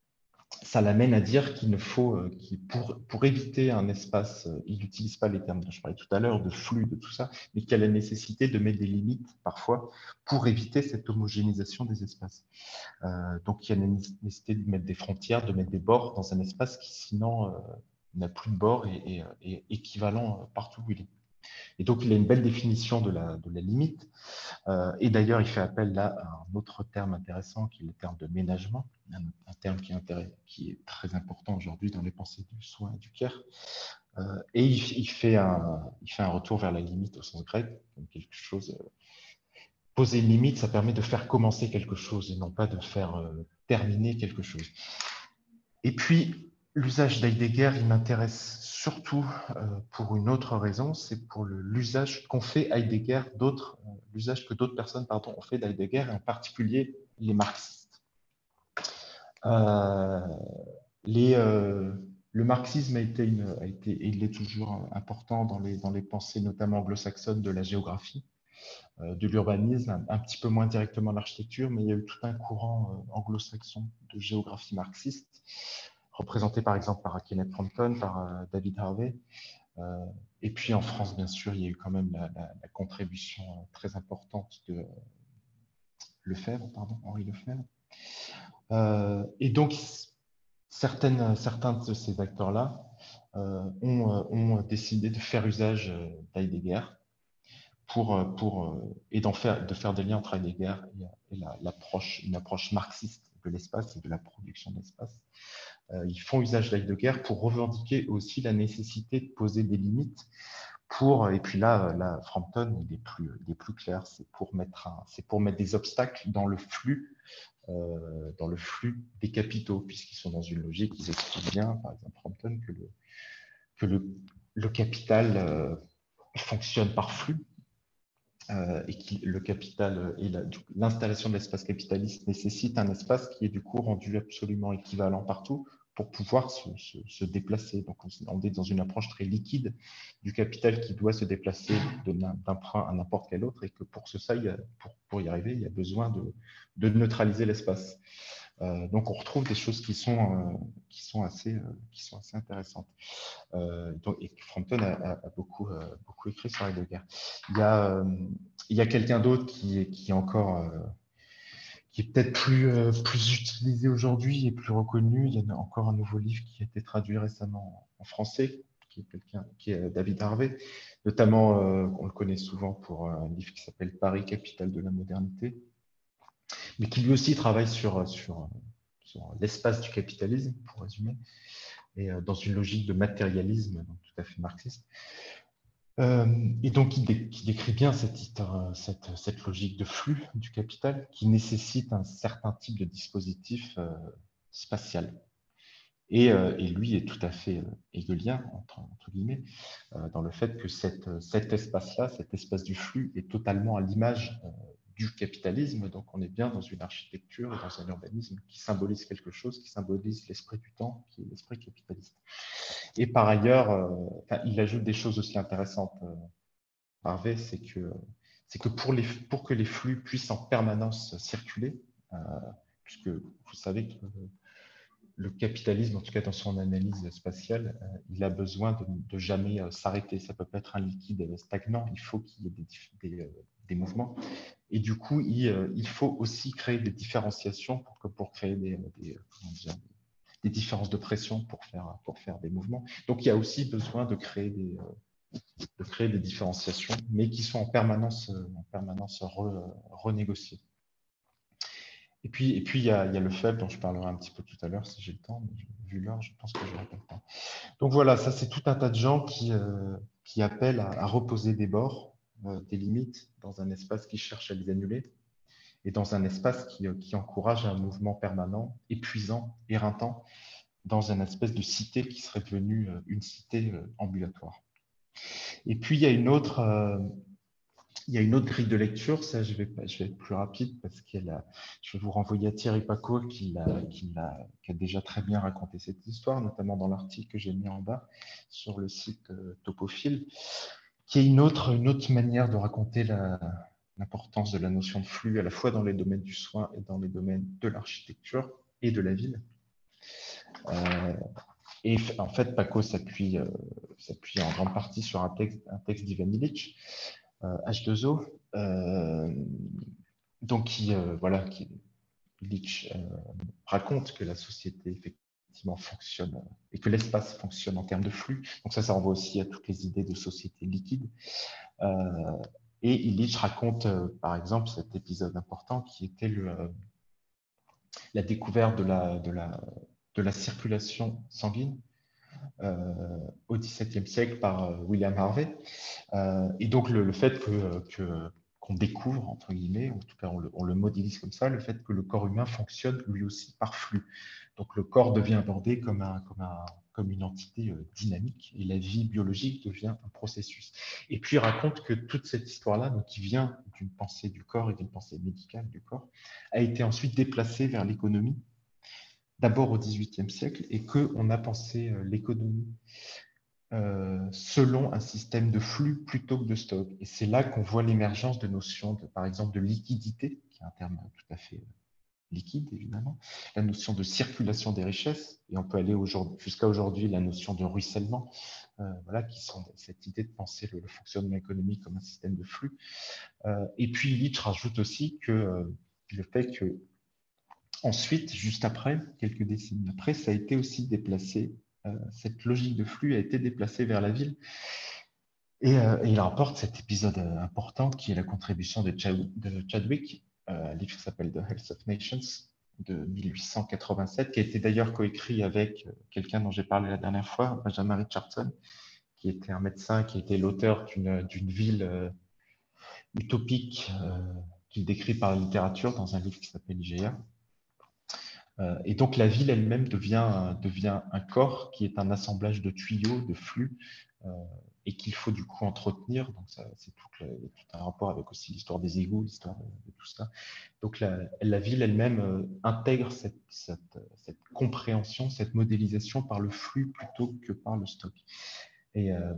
ça l'amène à dire qu'il ne faut, euh, qu'il, pour, pour éviter un espace, euh, il n'utilise pas les termes dont je parlais tout à l'heure, de flux, de tout ça, mais qu'il y a la nécessité de mettre des limites parfois pour éviter cette homogénéisation des espaces. Euh, donc il y a la nécessité de mettre des frontières, de mettre des bords dans un espace qui sinon euh, n'a plus de bords et, et, et équivalent partout où il est. Et donc, il a une belle définition de la, de la limite. Euh, et d'ailleurs, il fait appel là à un autre terme intéressant qui est le terme de ménagement, un, un terme qui est, qui est très important aujourd'hui dans les pensées du soin et du care. Euh, et il, il, fait un, il fait un retour vers la limite au sens grec, comme quelque chose. Euh, poser une limite, ça permet de faire commencer quelque chose et non pas de faire euh, terminer quelque chose. Et puis, l'usage d'Heidegger, il m'intéresse surtout euh, pour une autre raison, c'est pour l'usage qu'ont fait Heidegger, d'autres, euh, l'usage que d'autres personnes pardon, ont fait d'Heidegger, et en particulier les marxistes. Euh, les, euh, le marxisme a été, une, a été, et il est toujours important dans les, dans les pensées, notamment anglo-saxonnes, de la géographie, euh, de l'urbanisme, un, un petit peu moins directement l'architecture, mais il y a eu tout un courant euh, anglo-saxon de géographie marxiste, représenté par exemple par Kenneth Frampton, par euh, David Harvey. Euh, et puis en France, bien sûr, il y a eu quand même la, la, la contribution euh, très importante de euh, Lefebvre, pardon, Henri Lefebvre. Euh, et donc, certaines, certains de ces acteurs-là euh, ont, euh, ont décidé de faire usage euh, d'Heidegger pour, pour, et d'en faire, de faire des liens entre Heidegger et, et l'approche, une approche marxiste de l'espace et de la production d'espace. Euh, ils font usage d'Heidegger pour revendiquer aussi la nécessité de poser des limites pour, et puis là, là Frampton, il est plus, il est plus clair, c'est pour mettre un, c'est pour mettre des obstacles dans le flux, euh, dans le flux des capitaux, puisqu'ils sont dans une logique, ils expliquent bien, par exemple Frampton, que le, que le, le capital euh, fonctionne par flux, euh, et que le capital et l'installation de l'espace capitaliste nécessite un espace qui est du coup rendu absolument équivalent partout pour pouvoir se, se, se déplacer. Donc on est dans une approche très liquide du capital qui doit se déplacer d'un point à n'importe quel autre, et que pour ce ça, il y a, pour, pour y arriver, il y a besoin de, de neutraliser l'espace. Euh, donc on retrouve des choses qui sont, euh, qui sont, assez, euh, qui sont assez intéressantes. Euh, donc, et Frampton a, a, a beaucoup, euh, beaucoup écrit sur Heidegger. Il y a, euh, il y a quelqu'un d'autre qui, qui est encore, euh, qui est peut-être plus, euh, plus utilisé aujourd'hui et plus reconnu. Il y a encore un nouveau livre qui a été traduit récemment en français, qui est quelqu'un, qui est David Harvey. Notamment, euh, on le connaît souvent pour un livre qui s'appelle Paris, capitale de la modernité, mais qui lui aussi travaille sur, sur, sur l'espace du capitalisme, pour résumer, et dans une logique de matérialisme, donc tout à fait marxiste. Euh, et donc, il, dé, il décrit bien cette, cette, cette logique de flux du capital qui nécessite un certain type de dispositif euh, spatial. Et, euh, et lui est tout à fait euh, hegelien, entre, entre guillemets, euh, dans le fait que cette, cet espace-là, cet espace du flux, est totalement à l'image euh, du capitalisme. Donc, on est bien dans une architecture et dans un urbanisme qui symbolise quelque chose, qui symbolise l'esprit du temps, qui est l'esprit capitaliste. Et par ailleurs, euh, il ajoute des choses aussi intéressantes, euh, Harvey, c'est que, c'est que pour, les, pour que les flux puissent en permanence circuler, euh, puisque vous savez que le capitalisme, en tout cas dans son analyse spatiale, euh, il a besoin de, de jamais euh, s'arrêter. Ça ne peut pas être un liquide stagnant, il faut qu'il y ait des, des, euh, des mouvements. Et du coup, il, euh, il faut aussi créer des différenciations pour, que, pour créer des, des, comment dire, des différences de pression pour faire, pour faire des mouvements. Donc, il y a aussi besoin de créer des, euh, de créer des différenciations, mais qui sont en permanence, euh, en permanence re, renégociées. Et puis, et puis il y a, il y a le faible dont je parlerai un petit peu tout à l'heure si j'ai le temps, mais vu l'heure, je pense que je n'aurai pas le temps. Donc voilà, ça c'est tout un tas de gens qui, euh, qui appellent à, à reposer des bords, euh, des limites dans un espace qui cherche à les annuler, et dans un espace qui, qui encourage un mouvement permanent, épuisant, éreintant, dans une espèce de cité qui serait devenue une cité ambulatoire. Et puis il y a une autre, euh, il y a une autre grille de lecture, ça je vais, je vais être plus rapide parce qu'elle a, je vais vous renvoyer à Thierry Paco qui, a, qui, a, qui a déjà très bien raconté cette histoire, notamment dans l'article que j'ai mis en bas sur le site euh, Topophile, qui est une autre, une autre manière de raconter l'importance de la notion de flux à la fois dans les domaines du soin et dans les domaines de l'architecture et de la ville. Euh, et en fait, Paco s'appuie euh, s'appuie en grande partie sur un texte, un texte d'Ivan Illich, euh, H deux O, euh, donc qui, euh, voilà, qui Illich euh, raconte que la société effectivement fonctionne euh, et que l'espace fonctionne en termes de flux. Donc ça, ça renvoie aussi à toutes les idées de société liquide. Euh, et Illich raconte, euh, par exemple, cet épisode important qui était le, euh, la découverte de la, de la, de la circulation sanguine euh, au dix-septième siècle par euh, William Harvey. Euh, et donc le, le fait que, que, qu'on découvre, entre guillemets, en tout cas on le, on le modélise comme ça, le fait que le corps humain fonctionne lui aussi par flux. Donc le corps devient abordé comme, un, comme, un, comme une entité euh, dynamique et la vie biologique devient un processus. Et puis il raconte que toute cette histoire-là, donc qui vient d'une pensée du corps et d'une pensée médicale du corps, a été ensuite déplacée vers l'économie, d'abord au dix-huitième siècle, et qu'on a pensé euh, l'économie euh, selon un système de flux plutôt que de stock. Et c'est là qu'on voit l'émergence de notions, de, par exemple, de liquidité, qui est un terme tout à fait liquide, évidemment, la notion de circulation des richesses, et on peut aller aujourd'hui, jusqu'à aujourd'hui la notion de ruissellement, euh, voilà, qui sont cette idée de penser le, le fonctionnement économique comme un système de flux. Euh, et puis, Illich rajoute aussi que euh, le fait que ensuite, juste après, quelques décennies après, ça a été aussi déplacé, euh, cette logique de flux a été déplacée vers la ville. Et, euh, et il rapporte cet épisode euh, important qui est la contribution de, Chad, de Chadwick, euh, un livre qui s'appelle The Health of Nations de mille huit cent quatre-vingt-sept, qui a été d'ailleurs coécrit avec euh, quelqu'un dont j'ai parlé la dernière fois, Benjamin Richardson, qui était un médecin, qui était l'auteur d'une d'une ville euh, utopique euh, qu'il décrit par la littérature dans un livre qui s'appelle Igea. Euh, et donc la ville elle-même devient, devient un corps qui est un assemblage de tuyaux, de flux, euh, et qu'il faut du coup entretenir. Donc ça, c'est tout, le, tout un rapport avec aussi l'histoire des égouts, l'histoire de, de tout ça. Donc la, la ville elle-même euh, intègre cette, cette, cette compréhension, cette modélisation par le flux plutôt que par le stock. Et, euh,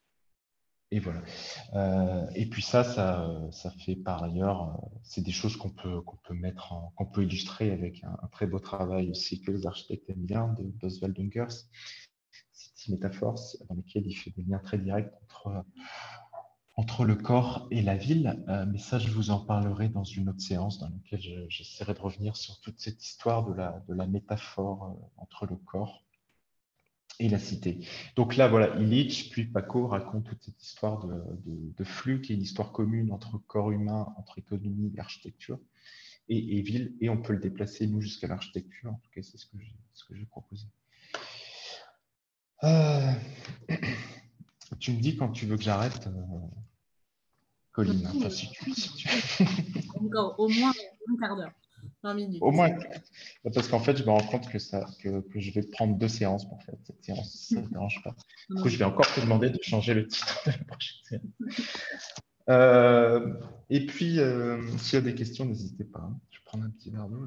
et voilà. Euh, et puis ça, ça, ça fait par ailleurs, euh, c'est des choses qu'on peut, qu'on peut mettre, en, qu'on peut illustrer avec un, un très beau travail aussi que les architectes aiment bien de Boswell Dungers, City Metaphors, dans lequel il fait des liens très directs entre, entre le corps et la ville. Euh, mais ça, je vous en parlerai dans une autre séance dans laquelle je, j'essaierai de revenir sur toute cette histoire de la, de la métaphore euh, entre le corps et la cité. Donc là, voilà, Illich, puis Paco raconte toute cette histoire de, de, de flux, qui est une histoire commune entre corps humain, entre économie et architecture, et, et ville, et on peut le déplacer, nous, jusqu'à l'architecture. En tout cas, c'est ce que j'ai, ce que j'ai proposé. Euh... Tu me dis quand tu veux que j'arrête, euh... Colline. Enfin, si tu, si tu... Encore au moins un quart d'heure, vingt minutes. Au moins, parce qu'en fait, je me rends compte que, ça, que, que je vais prendre deux séances pour faire cette séance, ça ne me dérange pas. Du coup, je vais encore te demander de changer le titre de la prochaine séance. Euh, et puis, euh, s'il y a des questions, n'hésitez pas. Hein. Je vais prendre un petit verre d'eau.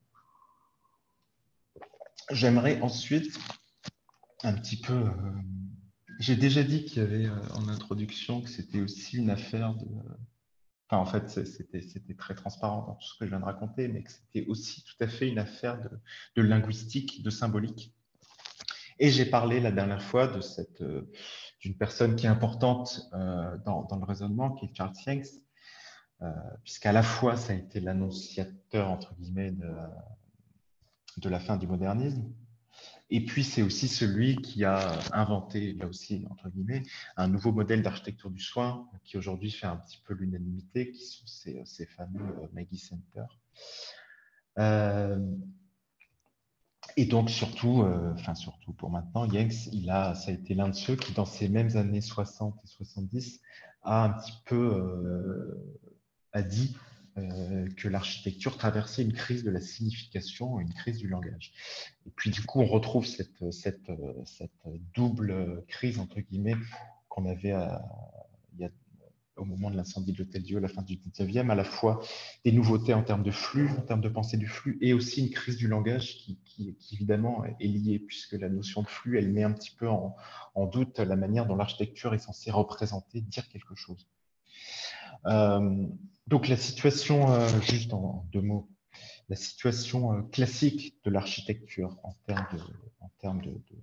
J'aimerais ensuite un petit peu... Euh, j'ai déjà dit qu'il y avait euh, en introduction que c'était aussi une affaire de... Enfin, en fait, c'était, c'était très transparent dans tout ce que je viens de raconter, mais que c'était aussi tout à fait une affaire de, de linguistique, de symbolique. Et j'ai parlé la dernière fois de cette, euh, d'une personne qui est importante euh, dans, dans le raisonnement, qui est Charles Yanks, euh, puisqu'à la fois ça a été l'annonciateur, entre guillemets, de, de la fin du modernisme, et puis c'est aussi celui qui a inventé, là aussi, entre guillemets, un nouveau modèle d'architecture du soin qui aujourd'hui fait un petit peu l'unanimité, qui sont ces, ces fameux euh, Maggie Center. Euh, et donc surtout, euh, enfin surtout pour maintenant, Yanks, il a, ça a été l'un de ceux qui, dans ces mêmes années soixante et soixante-dix, a un petit peu euh, a dit euh, que l'architecture traversait une crise de la signification, une crise du langage. Et puis du coup, on retrouve cette, cette, cette double crise, entre guillemets, qu'on avait à, il y a, au moment de l'incendie de l'Hôtel Dieu, à la fin du dix-neuvième, à la fois des nouveautés en termes de flux, en termes de pensée du flux, et aussi une crise du langage qui, qui, qui évidemment est liée, puisque la notion de flux, elle met un petit peu en, en doute la manière dont l'architecture est censée représenter, dire quelque chose. Euh, donc la situation, euh, juste en, en deux mots, la situation euh, classique de l'architecture en termes de, en termes de, de,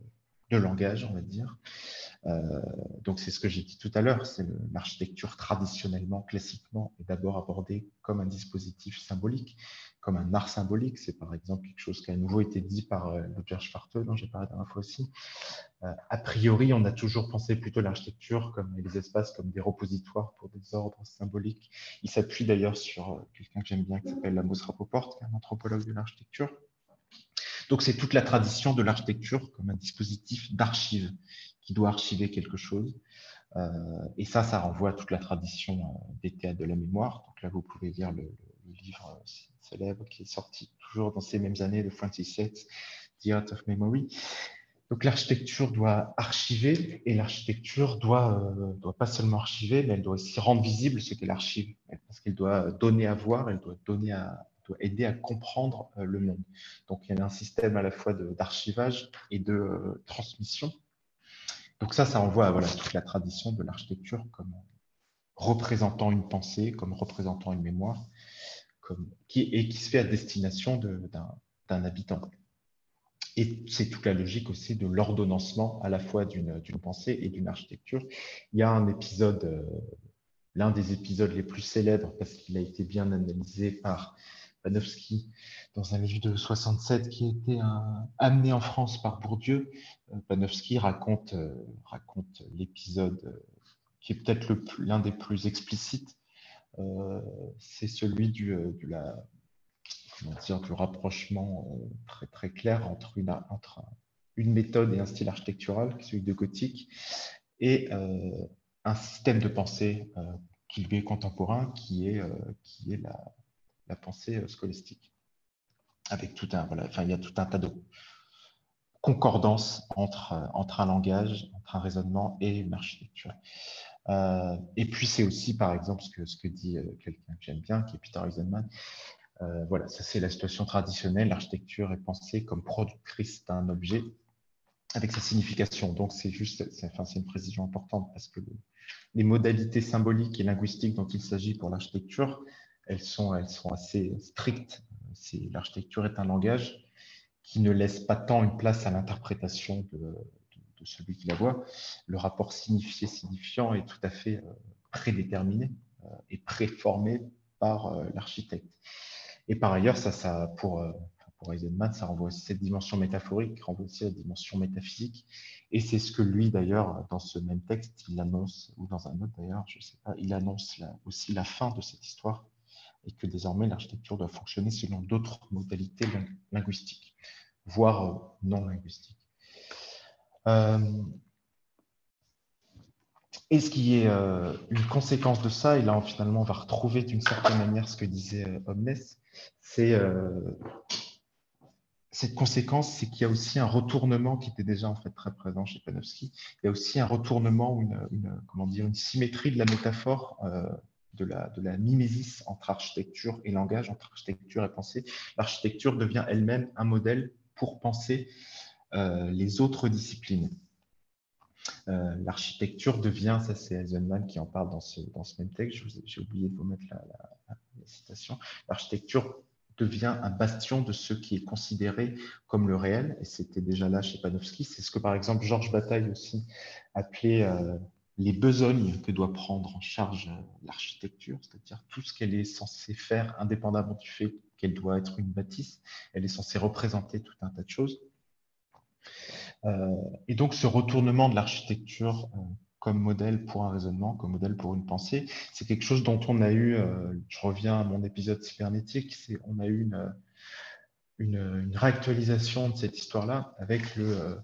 de langage, on va dire. Euh, donc, c'est ce que j'ai dit tout à l'heure, c'est l'architecture traditionnellement, classiquement, est d'abord abordée comme un dispositif symbolique, comme un art symbolique. C'est par exemple quelque chose qui a à nouveau été dit par euh, Ludger Schwarte, dont j'ai parlé la dernière fois aussi. Euh, a priori, on a toujours pensé plutôt l'architecture comme et les espaces comme des repositoires pour des ordres symboliques. Il s'appuie d'ailleurs sur euh, quelqu'un que j'aime bien qui s'appelle Amos Rapoport, qui est un anthropologue de l'architecture. Donc, c'est toute la tradition de l'architecture comme un dispositif d'archive qui doit archiver quelque chose. Euh, et ça, ça renvoie à toute la tradition euh, des théâtres de la mémoire. Donc là, vous pouvez lire le, le, le livre euh, célèbre qui est sorti toujours dans ces mêmes années de Francis Yates, The Art of Memory. Donc l'architecture doit archiver et l'architecture doit, euh, doit pas seulement archiver, mais elle doit aussi rendre visible ce qu'elle archive, parce qu'elle doit donner à voir, elle doit donner à, doit aider à comprendre euh, le monde. Donc il y a un système à la fois d'archivage et de euh, transmission. Donc ça, ça renvoie à voilà, toute la tradition de l'architecture comme représentant une pensée, comme représentant une mémoire, comme, qui, et qui se fait à destination d'un habitant. Et c'est toute la logique aussi de l'ordonnancement à la fois d'une pensée et d'une architecture. Il y a un épisode, euh, l'un des épisodes les plus célèbres, parce qu'il a été bien analysé par Panofsky dans un livre de soixante-sept qui a été un, amené en France par Bourdieu. Euh, Panofsky raconte, euh, raconte l'épisode euh, qui est peut-être l'un des plus explicites. Euh, c'est celui du, euh, de la comment dire, du rapprochement euh, très, très clair entre une, entre une méthode et un style architectural, celui de gothique, et euh, un système de pensée euh, qui lui est contemporain, qui est, euh, qui est la, la pensée euh, scolastique. Avec tout un, voilà, enfin, il y a tout un tas de concordances entre, euh, entre un langage, entre un raisonnement et une architecture. Euh, et puis, c'est aussi, par exemple, ce que, ce que dit euh, quelqu'un que j'aime bien, qui est Peter Eisenman. Euh, voilà, ça c'est la situation traditionnelle. L'architecture est pensée comme productrice d'un objet avec sa signification. Donc c'est juste, c'est enfin, une précision importante parce que le, les modalités symboliques et linguistiques dont il s'agit pour l'architecture, elles sont, elles sont assez strictes. L'architecture est un langage qui ne laisse pas tant une place à l'interprétation de, de, de, celui qui la voit. Le rapport signifié-signifiant est tout à fait euh, prédéterminé euh, et préformé par euh, l'architecte. Et par ailleurs, ça, ça pour, pour Eisenman, ça renvoie aussi cette dimension métaphorique, renvoie aussi à la dimension métaphysique. Et c'est ce que lui, d'ailleurs, dans ce même texte, il annonce, ou dans un autre d'ailleurs, je ne sais pas, il annonce la, aussi la fin de cette histoire et que désormais l'architecture doit fonctionner selon d'autres modalités linguistiques, voire non linguistiques. Euh, Et ce qui est euh, une conséquence de ça, et là on, finalement on va retrouver d'une certaine manière ce que disait euh, Omnes, c'est euh, cette conséquence, c'est qu'il y a aussi un retournement qui était déjà en fait très présent chez Panofsky. Il y a aussi un retournement, une, une comment dire, une symétrie de la métaphore, euh, de la, de la mimésis entre architecture et langage, entre architecture et pensée. L'architecture devient elle-même un modèle pour penser euh, les autres disciplines. Euh, l'architecture devient, ça c'est Eisenman qui en parle dans ce, dans ce même texte, j'ai oublié de vous mettre la, la, la citation, l'architecture devient un bastion de ce qui est considéré comme le réel, et c'était déjà là chez Panofsky, c'est ce que par exemple Georges Bataille aussi appelait euh, les besognes que doit prendre en charge euh, l'architecture, c'est-à-dire tout ce qu'elle est censée faire indépendamment du fait qu'elle doit être une bâtisse, elle est censée représenter tout un tas de choses. Euh, et donc, ce retournement de l'architecture euh, comme modèle pour un raisonnement, comme modèle pour une pensée, c'est quelque chose dont on a eu, euh, je reviens à mon épisode cybernétique, c'est on a eu une, une, une réactualisation de cette histoire-là avec le euh,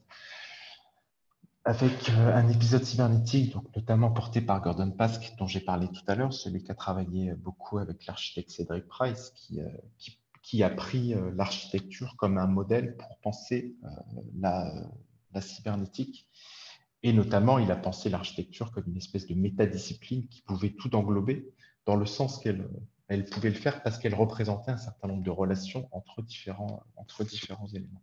avec euh, un épisode cybernétique, donc notamment porté par Gordon Pask, dont j'ai parlé tout à l'heure, celui qui a travaillé beaucoup avec l'architecte Cedric Price, qui, euh, qui, qui a pris euh, l'architecture comme un modèle pour penser euh, la, la cybernétique. Et notamment, il a pensé l'architecture comme une espèce de métadiscipline qui pouvait tout englober, dans le sens qu'elle elle pouvait le faire parce qu'elle représentait un certain nombre de relations entre différents, entre différents éléments.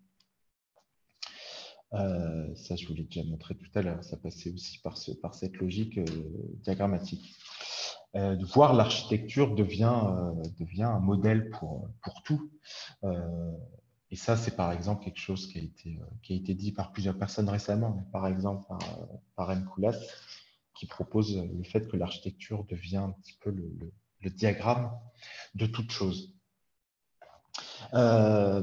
Euh, ça, je vous l'ai déjà montré tout à l'heure. Ça passait aussi par, ce, par cette logique euh, diagrammatique. Euh, de voir l'architecture devient, euh, devient un modèle pour, pour tout. Euh, et ça, c'est par exemple quelque chose qui a été, euh, qui a été dit par plusieurs personnes récemment, par exemple par, euh, par M. Koulas, qui propose le fait que l'architecture devient un petit peu le, le, le diagramme de toute chose. Euh,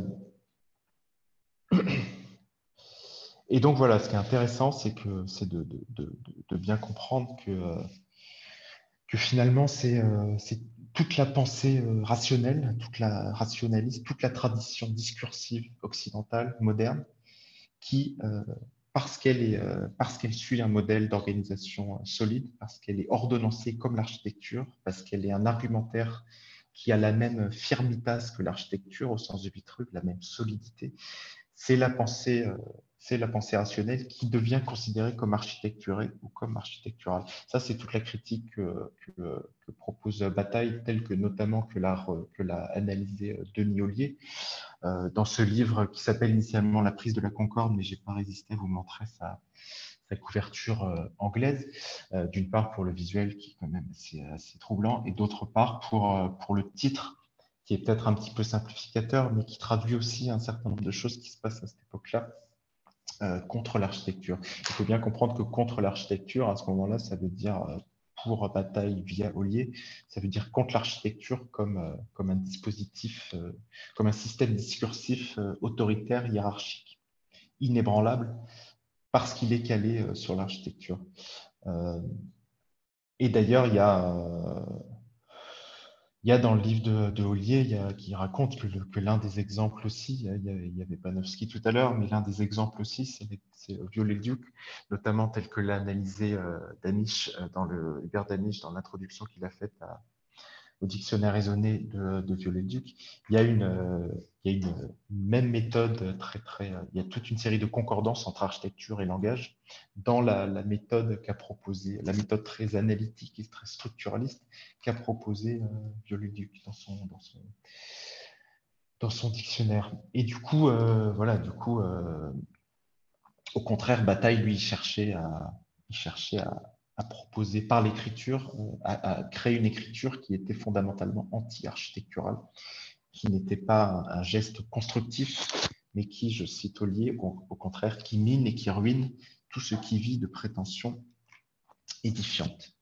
et donc voilà, ce qui est intéressant, c'est que c'est de, de, de, de, bien comprendre que, euh, que finalement, c'est euh, toute la pensée euh, rationnelle, toute la rationaliste, toute la tradition discursive occidentale, moderne, qui, euh, parce qu'elle est, euh, parce qu'elle suit un modèle d'organisation euh, solide, parce qu'elle est ordonnancée comme l'architecture, parce qu'elle est un argumentaire qui a la même firmitas que l'architecture au sens de Vitruve, la même solidité, c'est la pensée, euh, c'est la pensée rationnelle qui devient considérée comme architecturée ou comme architecturale. Ça, c'est toute la critique que, que, que propose Bataille, telle que notamment que l'a que l'a analysé Denis Ollier euh, dans ce livre qui s'appelle initialement La prise de la Concorde, mais j'ai pas résisté à vous montrer sa, sa couverture euh, anglaise, euh, d'une part pour le visuel qui est quand même assez, assez troublant, et d'autre part pour, euh, pour le titre qui est peut-être un petit peu simplificateur, mais qui traduit aussi un certain nombre de choses qui se passent à cette époque-là euh, contre l'architecture. Il faut bien comprendre que contre l'architecture, à ce moment-là, ça veut dire, euh, pour Bataille via Ollier, ça veut dire contre l'architecture comme, euh, comme un dispositif, euh, comme un système discursif euh, autoritaire, hiérarchique, inébranlable, parce qu'il est calé euh, sur l'architecture. Euh, et d'ailleurs, il y a... Euh, Il y a dans le livre de, de Ollier, il y a, qui raconte que, le- que l'un des exemples aussi, il y avait, il y avait Panofsky tout à l'heure, mais l'un des exemples aussi, c'est c'est Viollet-le-Duc, notamment tel que l'a analysé euh, Danish euh, dans le Hubert Danish dans l'introduction qu'il a faite à, au dictionnaire raisonné de, de Viollet-le-Duc. Il y a une, euh, il y a une, une même méthode très très, euh, il y a toute une série de concordances entre architecture et langage dans la, la méthode qu'a proposée, la méthode très analytique et très structuraliste qu'a proposé euh, Viollet-le-Duc dans son, dans son, dans son dictionnaire. Et du coup, euh, voilà, du coup, euh, au contraire, Bataille, lui, il cherchait à, il cherchait à, à proposer par l'écriture, euh, à, à créer une écriture qui était fondamentalement anti-architecturale, qui n'était pas un, un geste constructif, mais qui, je cite Ollier, au, au contraire, qui mine et qui ruine tout ce qui vit de prétentions édifiantes.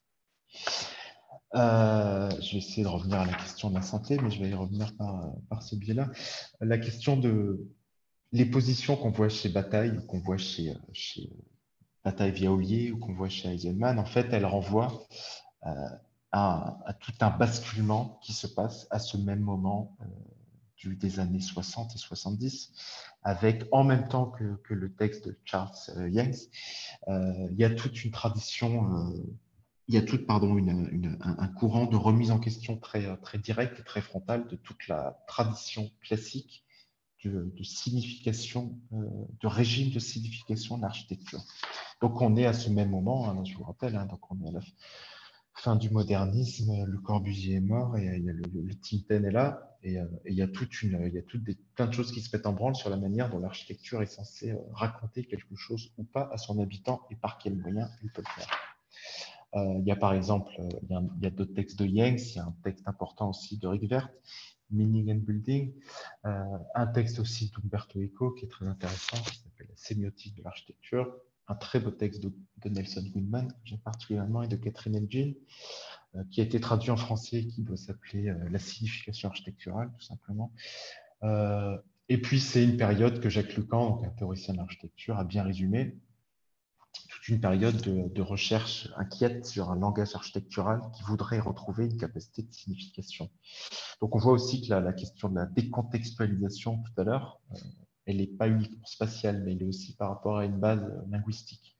Euh, je vais essayer de revenir à la question de la santé, mais je vais y revenir par, par ce biais-là. La question de les positions qu'on voit chez Bataille, qu'on voit chez, chez Bataille via Ollier ou qu'on voit chez Eisenman, en fait, elles renvoient euh, à, à tout un basculement qui se passe à ce même moment euh, du, des années soixante et soixante-dix, avec en même temps que, que le texte de Charles euh, Yanks, euh, il y a toute une tradition, euh, il y a tout, pardon, une, une, un, un courant de remise en question très, très direct et très frontal de toute la tradition classique de, de signification, euh, de régime de signification de l'architecture. Donc on est à ce même moment, hein, je vous rappelle, hein, donc on est à la fin du modernisme, Le Corbusier est mort et il y a le, le, le Tintin est là et, euh, et il y a toute une, il y a toutes des, plein de choses qui se mettent en branle sur la manière dont l'architecture est censée euh, raconter quelque chose ou pas à son habitant et par quels moyens il peut le faire. Euh, il y a par exemple, euh, il y a, il y a d'autres textes de Yanks, il y a un texte important aussi de Rickwert, Meaning and Building, euh, un texte aussi d'Umberto Eco qui est très intéressant, qui s'appelle La sémiotique de l'architecture, un très beau texte de, de Nelson Goodman, que j'aime particulièrement, et de Catherine Elgin, euh, qui a été traduit en français et qui doit s'appeler euh, La signification architecturale, tout simplement. Euh, et puis, c'est une période que Jacques Lucan, donc un théoricien de l'architecture, a bien résumé, toute une période de, de recherche inquiète sur un langage architectural qui voudrait retrouver une capacité de signification. Donc, on voit aussi que la, la question de la décontextualisation tout à l'heure, euh, elle n'est pas uniquement spatiale, mais elle est aussi par rapport à une base linguistique.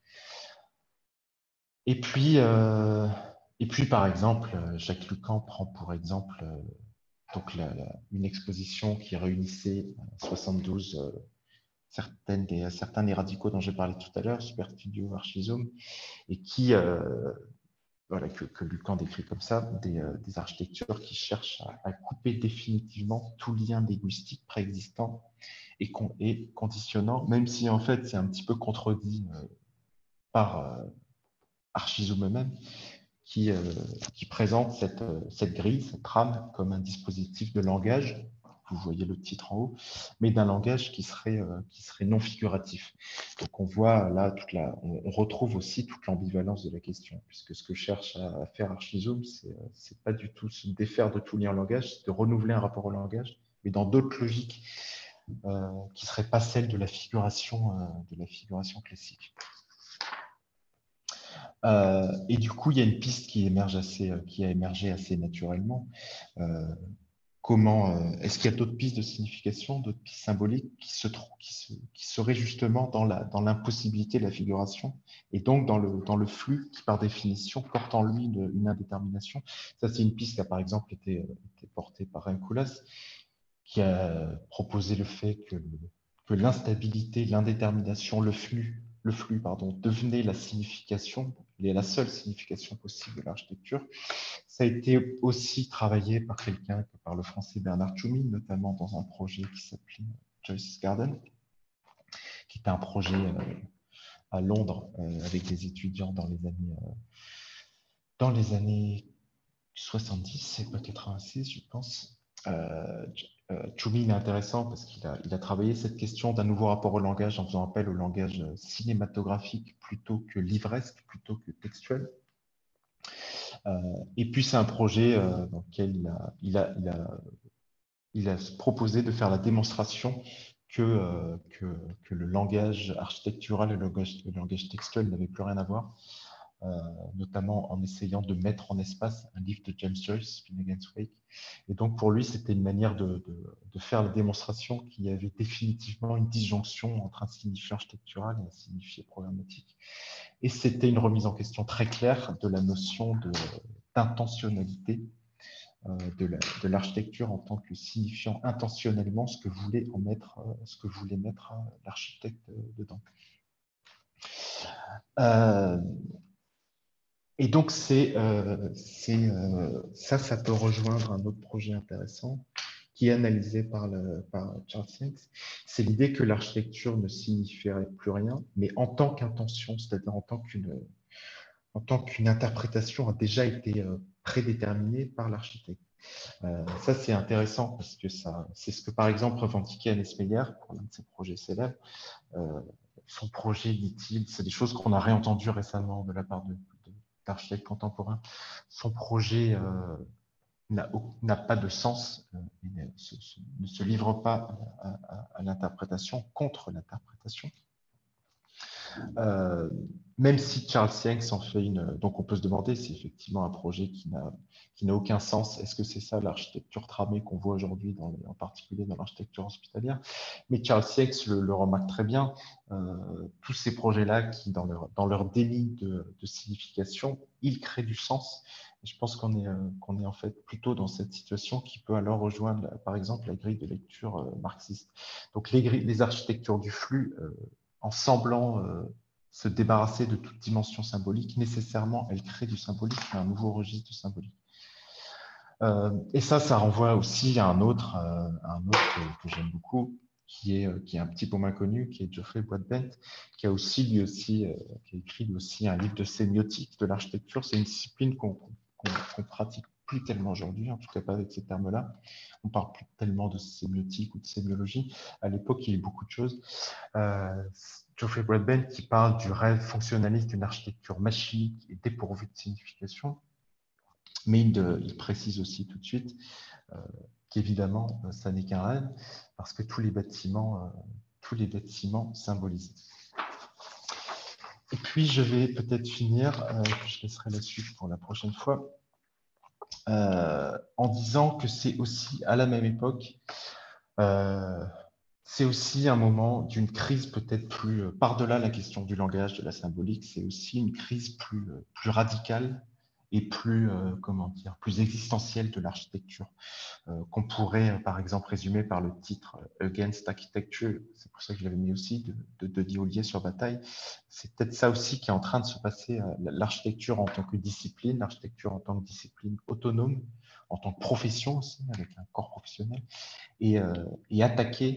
Et puis, euh, et puis par exemple, Jacques Lucan prend pour exemple euh, donc la, la, une exposition qui réunissait en soixante-douze euh, certaines des, certains des radicaux dont j'ai parlé tout à l'heure, Superstudio, Archizome, et qui, euh, voilà, que, que Lucan décrit comme ça, des, euh, des architectures qui cherchent à, à couper définitivement tout lien linguistique préexistant et, con, et conditionnant, même si en fait c'est un petit peu contredit euh, par euh, Archizome même, qui, euh, qui présente cette, cette grille, cette trame, comme un dispositif de langage, vous voyez le titre en haut, mais d'un langage qui serait, euh, qui serait non figuratif. Donc on voit là, toute la, on, on retrouve aussi toute l'ambivalence de la question, puisque ce que cherche à, à faire Archizoom, c'est euh, c'est pas du tout se défaire de tout lien au langage, c'est de renouveler un rapport au langage, mais dans d'autres logiques euh, qui ne seraient pas celles de la figuration, euh, de la figuration classique. Euh, et du coup, il y a une piste qui émerge assez, euh, qui a émergé assez naturellement. Euh, comment euh, est-ce qu'il y a d'autres pistes de signification, d'autres pistes symboliques qui se trouvent, qui, se, qui seraient justement dans la dans l'impossibilité de la figuration et donc dans le dans le flux qui par définition porte en lui une, une indétermination. Ça, c'est une piste qui a par exemple été, été portée par Renkoulas, qui a proposé le fait que le, que l'instabilité, l'indétermination, le flux, le flux pardon, devenait la signification, la seule signification possible de l'architecture. Ça a été aussi travaillé par quelqu'un, par le français Bernard Tchoumi, notamment dans un projet qui s'appelait Joyce's Garden, qui était un projet euh, à Londres euh, avec des étudiants dans les années, euh, dans les années soixante-dix et pas quatre-vingt-six, je pense. Euh, Tchoumi est intéressant parce qu'il a, il a travaillé cette question d'un nouveau rapport au langage en faisant appel au langage cinématographique plutôt que livresque, plutôt que textuel. Euh, et puis c'est un projet euh, dans lequel il a, il, a, il, a, il a proposé de faire la démonstration que, euh, que, que le langage architectural et le langage, le langage textuel n'avaient plus rien à voir. Euh, notamment en essayant de mettre en espace un livre de James Joyce, Finnegan's Wake. Et donc pour lui, c'était une manière de, de, de faire la démonstration qu'il y avait définitivement une disjonction entre un signifiant architectural et un signifié programmatique. Et c'était une remise en question très claire de la notion d'intentionnalité euh, de l'architecture la, en tant que signifiant intentionnellement ce que voulait en mettre, euh, ce que voulait mettre euh, l'architecte euh, dedans. Euh, Et donc, c'est, euh, c'est, euh, ça, ça peut rejoindre un autre projet intéressant qui est analysé par, le, par Charles Yanks. C'est l'idée que l'architecture ne signifierait plus rien, mais en tant qu'intention, c'est-à-dire en tant qu'une en tant qu'une interprétation a déjà été euh, prédéterminée par l'architecte. Euh, ça, c'est intéressant parce que ça, c'est ce que, par exemple, revendiquait Hannes Meyer pour l'un de ses projets célèbres. Euh, son projet, dit-il, c'est des choses qu'on a réentendues récemment de la part de d'architectes contemporains. Son projet euh, n'a pas de sens, euh, il ne se, ne se livre pas à, à, à l'interprétation, contre l'interprétation. Euh, même si Charles Yanks en fait une... Donc on peut se demander si effectivement un projet qui n'a qui n'a aucun sens, est-ce que c'est ça l'architecture tramée qu'on voit aujourd'hui, en particulier dans l'architecture hospitalière? Mais Charles Yanks le, le remarque très bien, euh, tous ces projets-là qui, dans leur, dans leur déni de, de signification, ils créent du sens. Et je pense qu'on est, euh, qu'on est en fait plutôt dans cette situation qui peut alors rejoindre, par exemple, la grille de lecture euh, marxiste. Donc les, les architectures du flux, euh, en semblant euh, se débarrasser de toute dimension symbolique, nécessairement, elle crée du symbolique, un nouveau registre de symbolique. Euh, et ça, ça renvoie aussi à un autre, euh, un autre que, que j'aime beaucoup, qui est, euh, qui est un petit peu moins connu, qui est Geoffrey Broadbent, qui a aussi lui aussi, euh, qui a écrit lui aussi un livre de sémiotique de l'architecture. C'est une discipline qu'on qu'on qu'on pratique plus tellement aujourd'hui, en tout cas pas avec ces termes-là. On parle plus tellement de sémiotique ou de sémiologie. À l'époque, il y a eu beaucoup de choses. Euh, Geoffrey Broadbent qui parle du rêve fonctionnaliste d'une architecture machinique et dépourvue de signification. Mais il, de, il précise aussi tout de suite euh, qu'évidemment, ça n'est qu'un rêve, parce que tous les bâtiments, euh, tous les bâtiments symbolisent. Et puis, je vais peut-être finir, euh, je laisserai la suite pour la prochaine fois, euh, en disant que c'est aussi, à la même époque, euh, c'est aussi un moment d'une crise peut-être plus, par-delà la question du langage, de la symbolique, c'est aussi une crise plus, plus radicale et plus, euh, comment dire, plus existentielle de l'architecture, euh, qu'on pourrait, euh, par exemple, résumer par le titre euh, Against Architecture, c'est pour ça que je l'avais mis aussi, de, de, de Diolier sur Bataille. C'est peut-être ça aussi qui est en train de se passer, euh, l'architecture en tant que discipline, l'architecture en tant que discipline autonome, en tant que profession aussi, avec un corps professionnel, et, euh, et attaquer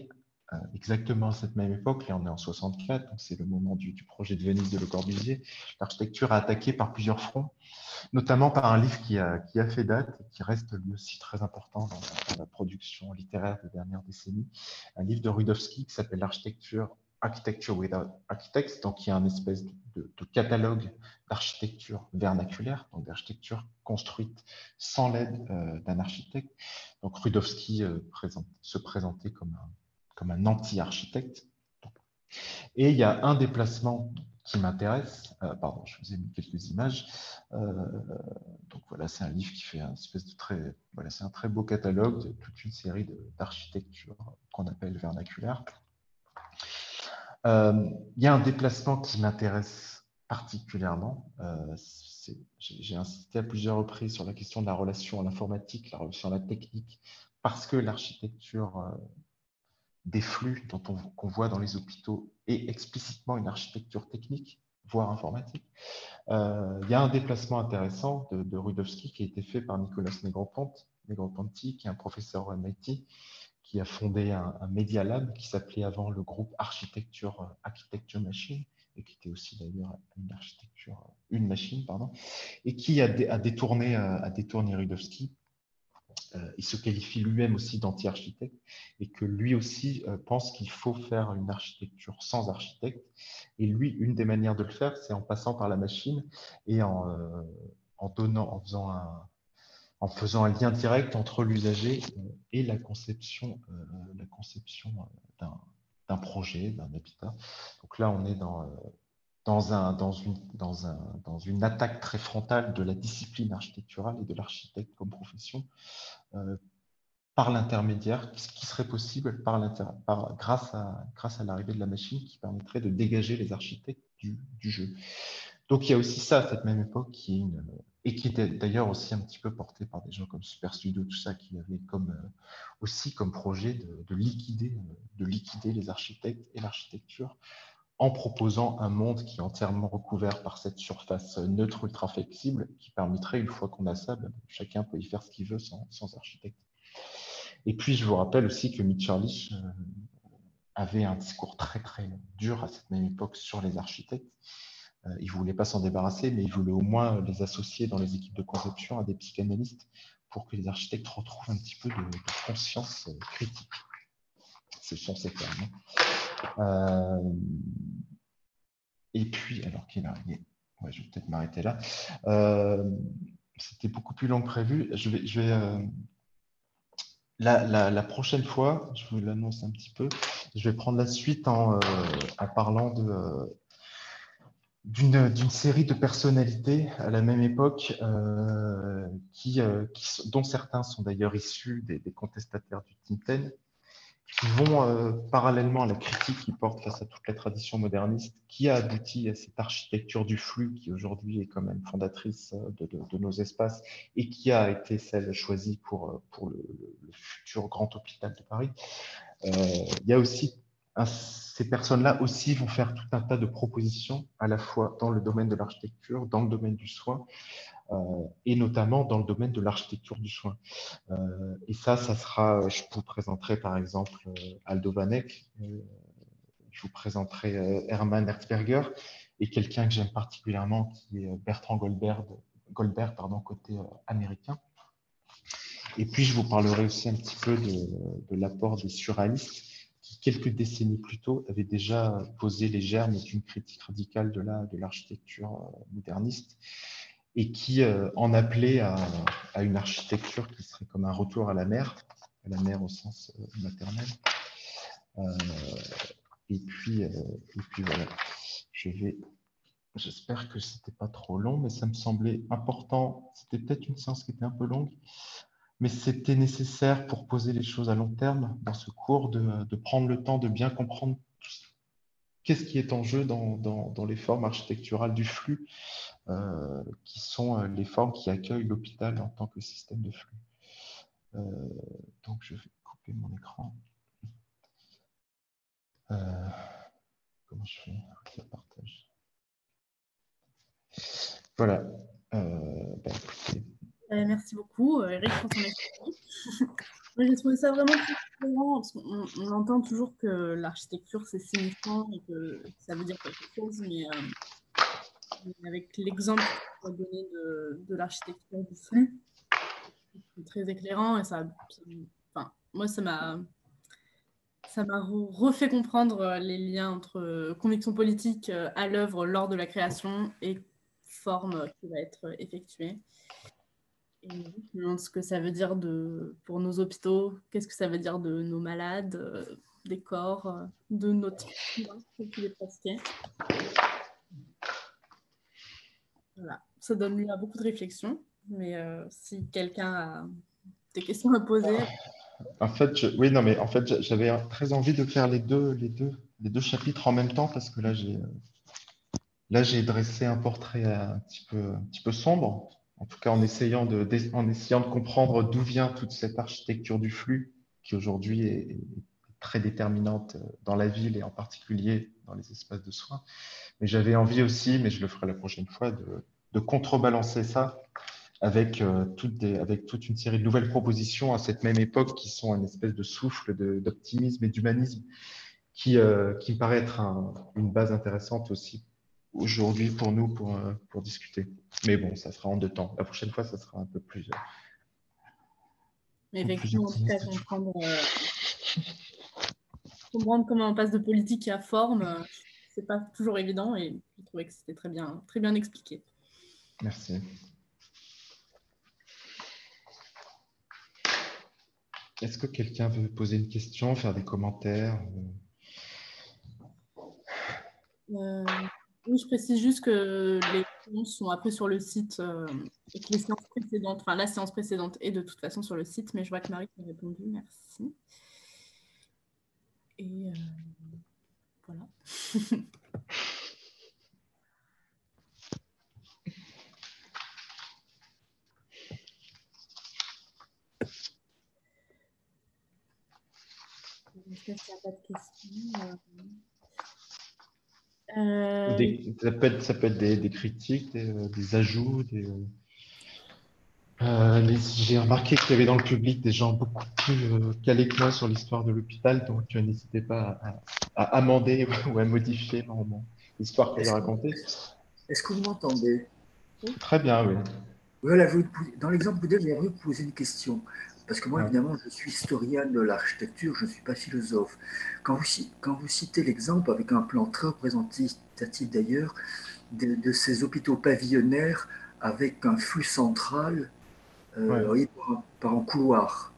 euh, exactement à cette même époque, là on est en soixante-quatre, donc c'est le moment du, du projet de Venise de Le Corbusier, l'architecture a attaqué par plusieurs fronts, notamment par un livre qui a, qui a fait date et qui reste lui aussi très important dans, dans la production littéraire des dernières décennies, un livre de Rudowski qui s'appelle L'architecture Architecture Without Architects, donc qui est un espèce de, de, de catalogue d'architecture vernaculaire, donc d'architecture construite sans l'aide euh, d'un architecte. Donc Rudowski euh, présente, se présentait comme un, comme un anti-architecte. Et il y a un déplacement qui m'intéresse. Euh, pardon, je vous ai mis quelques images. Euh, donc voilà, c'est un livre qui fait un espèce de très, voilà, c'est un très beau catalogue de toute une série d'architecture qu'on appelle vernaculaire. Euh, il y a un déplacement qui m'intéresse particulièrement. Euh, J'ai insisté à plusieurs reprises sur la question de la relation à l'informatique, la relation à la technique, parce que l'architecture euh, des flux dont on, qu'on voit dans les hôpitaux est explicitement une architecture technique, voire informatique. Euh, il y a un déplacement intéressant de, de Rudowski qui a été fait par Nicolas Negroponte, Negroponte, qui est un professeur au M I T, qui a fondé un, un Media Lab qui s'appelait avant le groupe Architecture, Architecture Machine, et qui était aussi d'ailleurs une architecture, une machine, pardon, et qui a, dé, a détourné, a détourné Rudowski. Euh, il se qualifie lui-même aussi d'anti-architecte et que lui aussi euh, pense qu'il faut faire une architecture sans architecte. Et lui, une des manières de le faire, c'est en passant par la machine et en, euh, en donnant, en faisant un, en faisant un lien direct entre l'usager et la conception, euh, la conception d'un, d'un projet, d'un habitat. Donc là, on est dans, euh, dans, un, dans, une, dans, un, dans une attaque très frontale de la discipline architecturale et de l'architecte comme profession, euh, par l'intermédiaire, ce qui serait possible par par, grâce à, grâce à l'arrivée de la machine qui permettrait de dégager les architectes du, du jeu. Donc il y a aussi ça à cette même époque qui est une, et qui était d'ailleurs aussi un petit peu porté par des gens comme Super Studio, tout ça, qui avait comme, euh, aussi comme projet de, de, liquider, de liquider les architectes et l'architecture en proposant un monde qui est entièrement recouvert par cette surface neutre ultra flexible qui permettrait, une fois qu'on a ça, ben, chacun peut y faire ce qu'il veut sans, sans architecte. Et puis, je vous rappelle aussi que Mitscherlich euh, avait un discours très, très dur à cette même époque sur les architectes. Euh, il ne voulait pas s'en débarrasser, mais il voulait au moins les associer dans les équipes de conception à des psychanalystes pour que les architectes retrouvent un petit peu de, de conscience euh, critique. Ce sont ces termes. Euh, et puis, alors qu'il est arrivé, ouais, je vais peut-être m'arrêter là. Euh, C'était beaucoup plus long que prévu. Je vais, je vais euh, La, la, la prochaine fois, je vous l'annonce un petit peu, je vais prendre la suite en, euh, en parlant de, euh, d'une, d'une série de personnalités à la même époque, euh, qui, euh, qui, dont certains sont d'ailleurs issus des, des contestataires du Tintin, qui vont euh, parallèlement à la critique qui porte face à toute la tradition moderniste, qui a abouti à cette architecture du flux qui aujourd'hui est quand même fondatrice de, de, de nos espaces et qui a été celle choisie pour, pour le, le futur grand hôpital de Paris. Euh, il y a aussi un, ces personnes-là aussi vont faire tout un tas de propositions à la fois dans le domaine de l'architecture, dans le domaine du soin, euh, et notamment dans le domaine de l'architecture du soin. Euh, et ça, ça sera, je vous présenterai par exemple euh, Aldo Van Eyck, euh, je vous présenterai euh, Hermann Erzberger et quelqu'un que j'aime particulièrement qui est Bertrand Goldberg, Goldberg pardon, côté euh, américain. Et puis je vous parlerai aussi un petit peu de, de l'apport des surréalistes qui, quelques décennies plus tôt, avaient déjà posé les germes d'une critique radicale de la, de l'architecture euh, moderniste et qui euh, en appelait à, à une architecture qui serait comme un retour à la mer, à la mer au sens euh, maternel. Euh, et puis, euh, et puis voilà, je vais, j'espère que c'était pas trop long, mais ça me semblait important. C'était peut-être une séance qui était un peu longue, mais c'était nécessaire pour poser les choses à long terme dans ce cours de, de prendre le temps de bien comprendre qu'est-ce qui est en jeu dans, dans, dans les formes architecturales du flux, euh, qui sont les formes qui accueillent l'hôpital en tant que système de flux. Euh, donc, je vais couper mon écran. Euh, comment je fais le partage? Voilà. Euh, bah, écoutez, Euh, merci beaucoup, euh, Eric, pour ton explication. Moi, j'ai trouvé ça vraiment très inspirant, parce qu'on on entend toujours que l'architecture, c'est signifiant et que ça veut dire quelque chose, mais euh, mais avec l'exemple que tu as donné de, de l'architecture du flux, c'est très éclairant et ça, ça- enfin, moi, ça m'a ça m'a re- refait comprendre euh, les liens entre euh, conviction politique euh, à l'œuvre lors de la création et forme euh, qui va être euh, effectuée. Et je me demande ce que ça veut dire de, pour nos hôpitaux, qu'est-ce que ça veut dire de nos malades, euh, des corps, euh, de notre climat, tel qu'il est pratiqué. Voilà. Ça donne lieu à beaucoup de réflexions, mais euh, si quelqu'un a des questions à poser, En fait, je- oui, non, mais en fait, j'a- j'avais très envie de faire les deux, les deux, les deux chapitres en même temps parce que là, j'ai, euh, là, j'ai dressé un portrait euh, un petit peu, un petit peu sombre. En tout cas, en essayant de, d'ess- en essayant de comprendre d'où vient toute cette architecture du flux qui aujourd'hui est, est très déterminante euh, dans la ville et en particulier dans les espaces de soins. Mais j'avais envie aussi, mais je le ferai la prochaine fois, de, de contrebalancer ça avec, euh, toutes des, avec toute une série de nouvelles propositions à cette même époque qui sont un espèce de souffle de- d'optimisme et d'humanisme qui, euh, qui me paraît être un- une base intéressante aussi aujourd'hui pour nous pour, euh, pour discuter. Mais bon, ça sera en deux temps. La prochaine fois, ça sera un peu plus, mais un peu plus effectivement, en tout cas, optimiste du coup. comprendre, euh, comprendre comment on passe de politique à forme, euh, c'est pas toujours évident et je trouvais que c'était très bien, très bien expliqué. Merci. Est-ce que quelqu'un veut poser une question, faire des commentaires? Euh, oui, je précise juste que les réponses sont après sur le site euh, et que les séances précédentes, enfin la séance précédente est de toute façon sur le site, mais je vois que Marie a répondu, merci. Et euh, voilà. En tout cas, s'il n'y a pas de questions. Euh... Ou Euh, des, ça peut être, ça peut être des, des critiques, des, euh, des ajouts, des, euh, Euh, les- j'ai remarqué qu'il y avait dans le public des gens beaucoup plus euh, calés que moi sur l'histoire de l'hôpital, donc euh, n'hésitez pas à, à amender ou à modifier mon, mon- l'histoire que j'ai Est-ce que, racontée. est-ce que vous m'entendez? oui. Très bien, oui. Voilà, vous, dans l'exemple que vous donnez, j'aimerais vous poser une question. Parce que moi, Ouais. évidemment, je suis historien de l'architecture, je ne suis pas philosophe. Quand vous, ci- quand vous citez l'exemple, avec un plan très représentatif d'ailleurs, de, de ces hôpitaux pavillonnaires avec un flux central, euh, Ouais. vous voyez, par, un, par un couloir.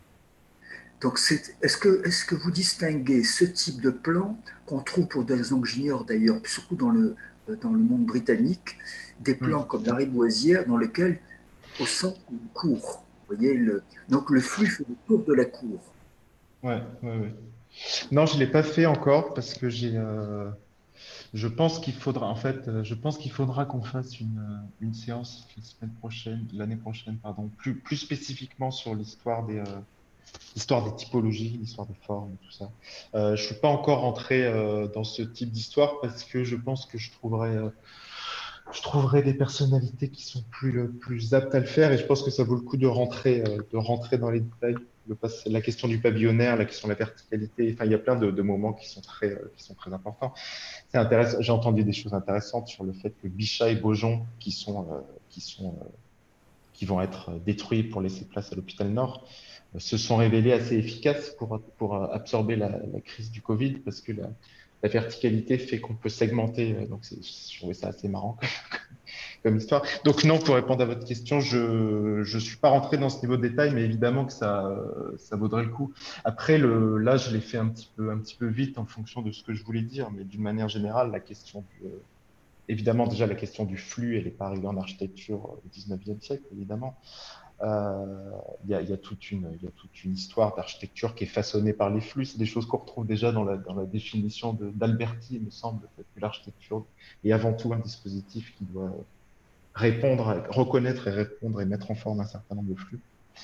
Donc, c'est- est-ce que, est-ce que vous distinguez ce type de plan qu'on trouve pour des raisons que j'ignore d'ailleurs, surtout dans le, dans le monde britannique, des Hmm. plans comme la Riboisière dans lesquels, au centre, une cour. Vous voyez, le, donc le flux fait le tour de la cour. Ouais, ouais, ouais. Non, je l'ai pas fait encore parce que j'ai. euh, je pense qu'il faudra, en fait, euh, je pense qu'il faudra qu'on fasse une, euh, une séance la semaine prochaine, l'année prochaine, pardon, plus, plus spécifiquement sur l'histoire des, euh, l'histoire des typologies, l'histoire des formes, tout ça. Euh, je suis pas encore entré euh, dans ce type d'histoire parce que je pense que je trouverais, euh, je trouverais des personnalités qui sont plus, euh, plus aptes à le faire et je pense que ça vaut le coup de rentrer, euh, de rentrer dans les détails. Le pas- la question du pavillonnaire, la question de la verticalité, enfin, il y a plein de, de moments qui sont très, euh, qui sont très importants. C'est intéressant. J'ai entendu des choses intéressantes sur le fait que Bichat et Beaujon, qui sont, euh, qui sont, euh, qui vont être détruits pour laisser place à l'hôpital Nord, euh, se sont révélés assez efficaces pour, pour euh, absorber la, la crise du Covid parce que la, la verticalité fait qu'on peut segmenter. euh, Donc, c'est- je trouvais ça assez marrant comme histoire. Donc, non, pour répondre à votre question, je je suis pas rentré dans ce niveau de détail, mais évidemment que ça, euh, ça vaudrait le coup. Après, le, là, je l'ai fait un petit peu, un petit peu vite en fonction de ce que je voulais dire, mais d'une manière générale, la question du, euh, évidemment, déjà, la question du flux, elle n'est pas arrivée en architecture au dix-neuvième siècle, évidemment. Euh, Il y a, il y a toute une, il y a toute une histoire d'architecture qui est façonnée par les flux. C'est des choses qu'on retrouve déjà dans la, dans la définition de- d'Alberti, il me semble, le fait que l'architecture est avant tout un dispositif qui doit répondre, reconnaître et répondre et mettre en forme un certain nombre de flux.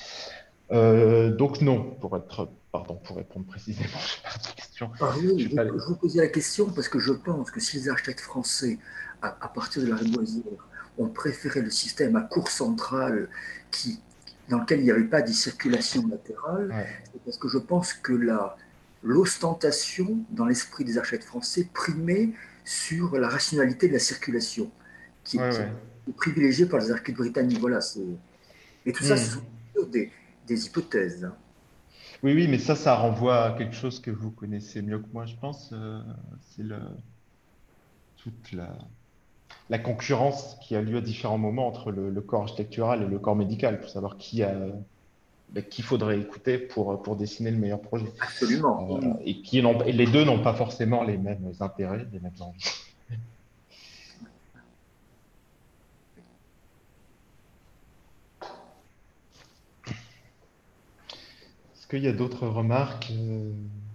Euh, donc non, pour être, pardon, pour répondre précisément à votre question, Pardon, je je vais pas vous, aller. je vous posais la question parce que je pense que si les architectes français, à, à partir de la Riboisière, ont préféré le système à cour centrale qui, dans lequel il n'y avait pas de circulation latérale, Ouais. c'est parce que je pense que la, l'ostentation, dans l'esprit des architectes français, primait sur la rationalité de la circulation, qui, Ouais, qui ouais. est privilégiée par les architectes britanniques. Voilà, c'est... Et tout ça, ce Hmm. sont des, des hypothèses. Hein. Oui, oui, mais ça, ça renvoie à quelque chose que vous connaissez mieux que moi, je pense. euh, c'est le, toute la, la concurrence qui a lieu à différents moments entre le, le corps architectural et le corps médical, pour savoir qui a, ben, qui faudrait écouter pour, pour dessiner le meilleur projet. Absolument. Euh, Mm. et, qui n'ont- et les deux n'ont pas forcément les mêmes intérêts, les mêmes envies. Est-ce qu'il y a d'autres remarques? euh,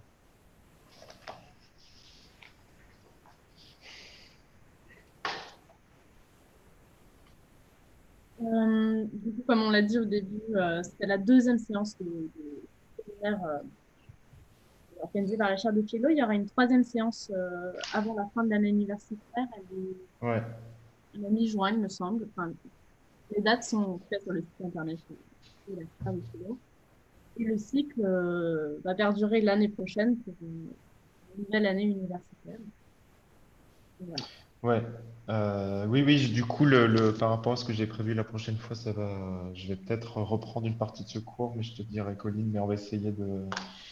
Euh, du coup, comme on l'a dit au début, euh, c'était la deuxième séance de, de séminaire euh, organisée par la chaire de philo. Il y aura une troisième séance euh, avant la fin de l'année universitaire, elle est Ouais, à la mi-juin, il me semble. Enfin, les dates sont faites sur le site internet de la chaire de philo. Et le cycle euh, va perdurer l'année prochaine pour une, une nouvelle année universitaire. Et voilà. ouais. Euh, oui, oui, du coup, le, le- par rapport à ce que j'ai prévu la prochaine fois, ça va, je vais peut-être reprendre une partie de ce cours, mais je te dirai, Colline, mais on va essayer de,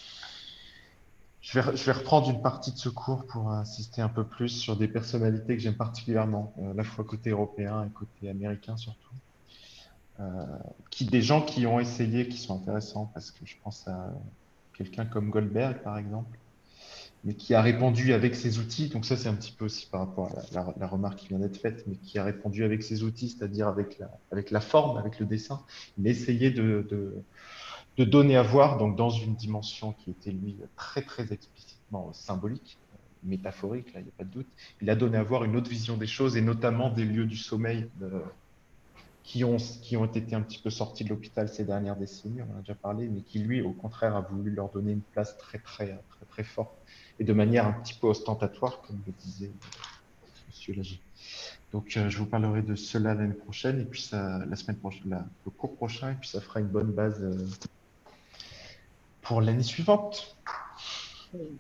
je vais, je vais reprendre une partie de ce cours pour insister un peu plus sur des personnalités que j'aime particulièrement, euh, à la fois côté européen et côté américain surtout. Euh, qui, des gens qui ont essayé, qui sont intéressants, parce que je pense à quelqu'un comme Goldberg, par exemple, mais qui a répondu avec ses outils. Donc ça, c'est un petit peu aussi par rapport à la, la- la remarque qui vient d'être faite, mais qui a répondu avec ses outils, c'est-à-dire avec la, avec la forme, avec le dessin. Il a essayé de, de, de donner à voir, donc dans une dimension qui était, lui, très, très explicitement symbolique, métaphorique, là, il n'y a pas de doute. Il a donné à voir une autre vision des choses, et notamment des lieux du sommeil euh, qui ont, qui ont été un petit peu sortis de l'hôpital ces dernières décennies, on en a déjà parlé, mais qui, lui, au contraire, a voulu leur donner une place très, très, très, très forte et de manière un petit peu ostentatoire, comme le disait Monsieur Lagy. Donc, euh, je vous parlerai de cela l'année prochaine, et puis ça, la semaine prochaine, la- le cours prochain, et puis ça fera une bonne base euh, pour l'année suivante. Et,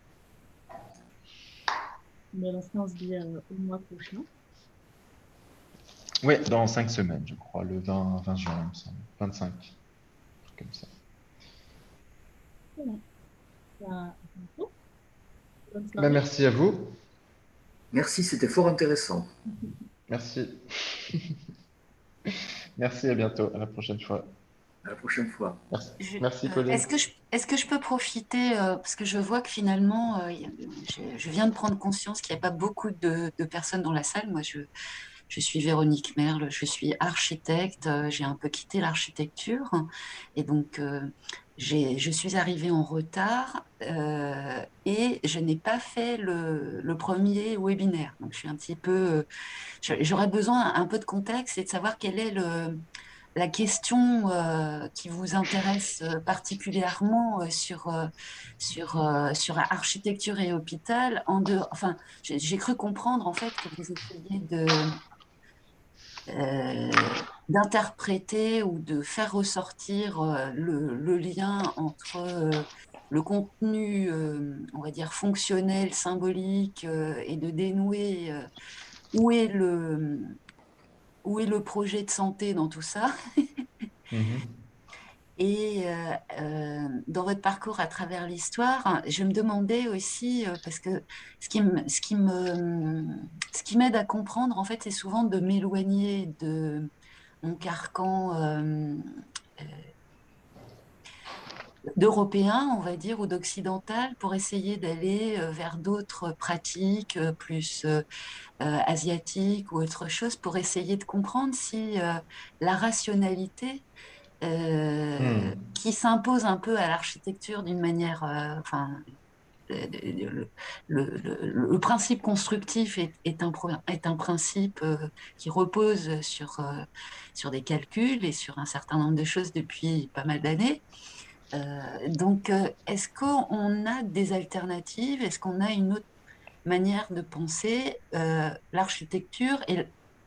mais dans ce cas, on se dit euh, au mois prochain. Oui, dans cinq semaines, je crois, le vingt, vingt juin, il me semble, vingt-cinq, un truc comme ça. Voilà. À bientôt. Bonne Ben, soirée. merci à vous. Merci, c'était fort intéressant. Merci. Merci, à bientôt, à la prochaine fois. À la prochaine fois. Merci, Je- merci euh, Colline. est-ce que je, est-ce que je peux profiter, euh, parce que je vois que finalement, euh, y a- je, je viens de prendre conscience qu'il n'y a pas beaucoup de, de personnes dans la salle. Moi, je, je suis Véronique Merle, je suis architecte, euh, j'ai un peu quitté l'architecture et donc euh, j'ai, je suis arrivée en retard euh, et je n'ai pas fait le, le premier webinaire. Donc, je suis un petit peu, euh, je- j'aurais besoin un peu de contexte et de savoir quel est le la question euh, qui vous intéresse euh, particulièrement euh, sur, euh, sur, euh, sur architecture et hôpital, en dehors, enfin, j'ai j'ai cru comprendre en fait que vous essayiez de, euh, d'interpréter ou de faire ressortir euh, le, le lien entre euh, le contenu, euh, on va dire, fonctionnel, symbolique, euh, et de dénouer euh, où est le, où est le projet de santé dans tout ça. Mhm. Et euh, euh, dans votre parcours à travers l'histoire, je me demandais aussi, euh, parce que ce qui me, ce qui me, ce qui m'aide à comprendre, en fait, c'est souvent de m'éloigner de mon carcan euh, euh, d'européen, on va dire, ou d'occidental, pour essayer d'aller euh, vers d'autres pratiques euh, plus euh, euh, asiatiques ou autre chose, pour essayer de comprendre si euh, la rationalité euh, Hmm. qui s'impose un peu à l'architecture d'une manière, euh, enfin, le, le- le- le- le principe constructif est, est un, pro- est un principe euh, qui repose sur, euh, sur des calculs et sur un certain nombre de choses depuis pas mal d'années. Euh, donc, euh, est-ce qu'on a des alternatives? Est-ce qu'on a une autre manière de penser euh, l'architecture et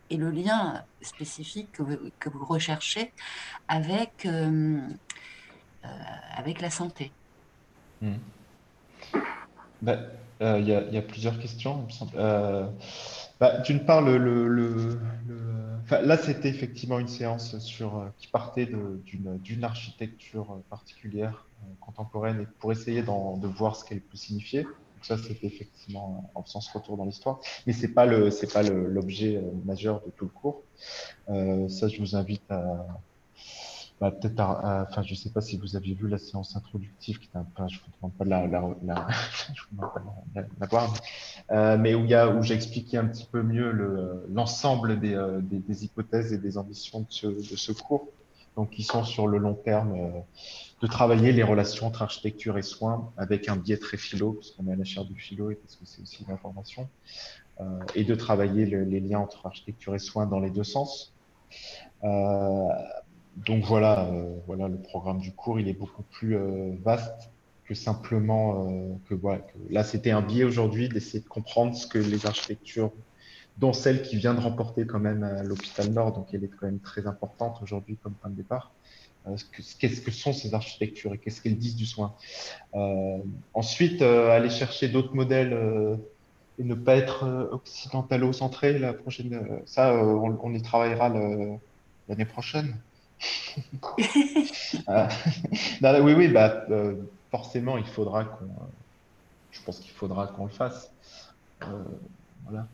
et le lien spécifique que vous, que vous recherchez avec, euh, euh, avec la santé. Hmm. Bah, euh, il y a, il y a plusieurs questions, il me semble. Euh, bah, d'une part, le, le, le- le- enfin, là, c'était effectivement une séance sur, euh, qui partait de- d'une, d'une architecture euh, particulière, euh, contemporaine, et pour essayer d'en- de voir ce qu'elle peut signifier. Donc ça, c'était effectivement en faisant ce retour dans l'histoire. Mais c'est pas le, c'est pas le- l'objet euh, majeur de tout le cours. Euh, ça, je vous invite à, bah, peut-être, à- à- enfin, je sais pas si vous aviez vu la séance introductive, qui était un peu, je vous demande pas de la, la, la- je vous demande pas de la, la- la voir, euh, mais où il y a, où j'ai expliqué un petit peu mieux le, l'ensemble des, euh, des, des hypothèses et des ambitions de ce, de ce cours. Donc, qui sont sur le long terme, euh, de travailler les relations entre architecture et soins avec un biais très philo, parce qu'on est à la chaire du philo et parce que c'est aussi l'information, euh, et de travailler le- les liens entre architecture et soins dans les deux sens. Euh, donc voilà, euh, voilà le programme du cours, il est beaucoup plus euh, vaste que simplement euh, que voilà. Que, là, c'était un biais aujourd'hui d'essayer de comprendre ce que les architectures, dont celle qui vient de remporter quand même à l'hôpital Nord, donc elle est quand même très importante aujourd'hui comme point de départ. Euh, ce que- Qu'est-ce que sont ces architectures et qu'est-ce qu'elles disent du soin? Euh, ensuite, euh, aller chercher d'autres modèles euh, et ne pas être euh, occidentalo-centré. La prochaine, euh, ça, euh, on, on y travaillera le- l'année prochaine. Ah. Non, non, oui, oui, bah, euh, forcément, il faudra qu'on, euh, je pense qu'il faudra qu'on le fasse. Euh, voilà.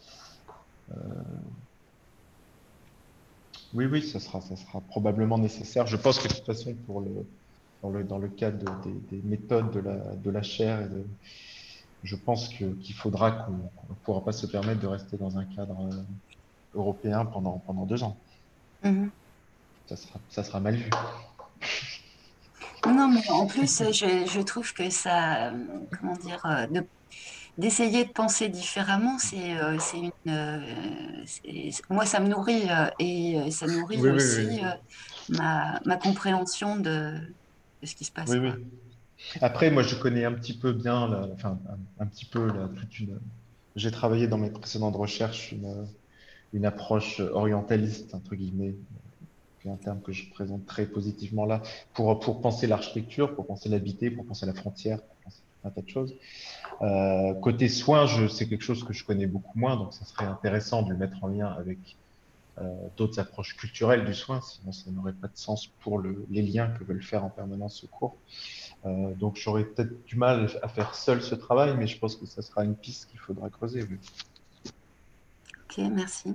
Oui, oui, ça sera, ça sera probablement nécessaire. Je pense que de toute façon, pour le, dans le, dans le cadre de- des, des méthodes de la, de la chaire, et de, je pense que, qu'il faudra qu'on ne pourra pas se permettre de rester dans un cadre euh, européen pendant, pendant deux ans. Mhm. Ça sera, ça sera mal vu. Non, non, mais en plus, je, je trouve que ça, euh, comment dire, euh, de- d'essayer de penser différemment, c'est, euh, c'est une, euh, c'est- moi, ça me nourrit euh, et euh, ça nourrit Oui, oui, aussi oui. euh, ma, ma compréhension de, de ce qui se passe, Oui, quoi. oui. Après, moi, je connais un petit peu bien, la- enfin, un, un petit peu la, toute une. J'ai travaillé dans mes précédentes recherches une, une approche orientaliste, entre guillemets, qui est un terme que je présente très positivement là, pour, pour penser l'architecture, pour penser l'habité, pour penser la frontière, pour penser un tas de choses. Euh, côté soins, je, c'est quelque chose que je connais beaucoup moins, donc ça serait intéressant de le mettre en lien avec euh, d'autres approches culturelles du soin, sinon ça n'aurait pas de sens pour le, les liens que veulent faire en permanence ce cours. Euh, donc j'aurais peut-être du mal à faire seul ce travail, mais je pense que ça sera une piste qu'il faudra creuser. Oui. Ok, merci.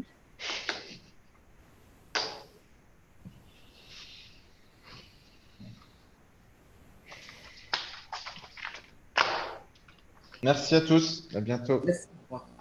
Merci à tous, à bientôt. Merci. Au revoir.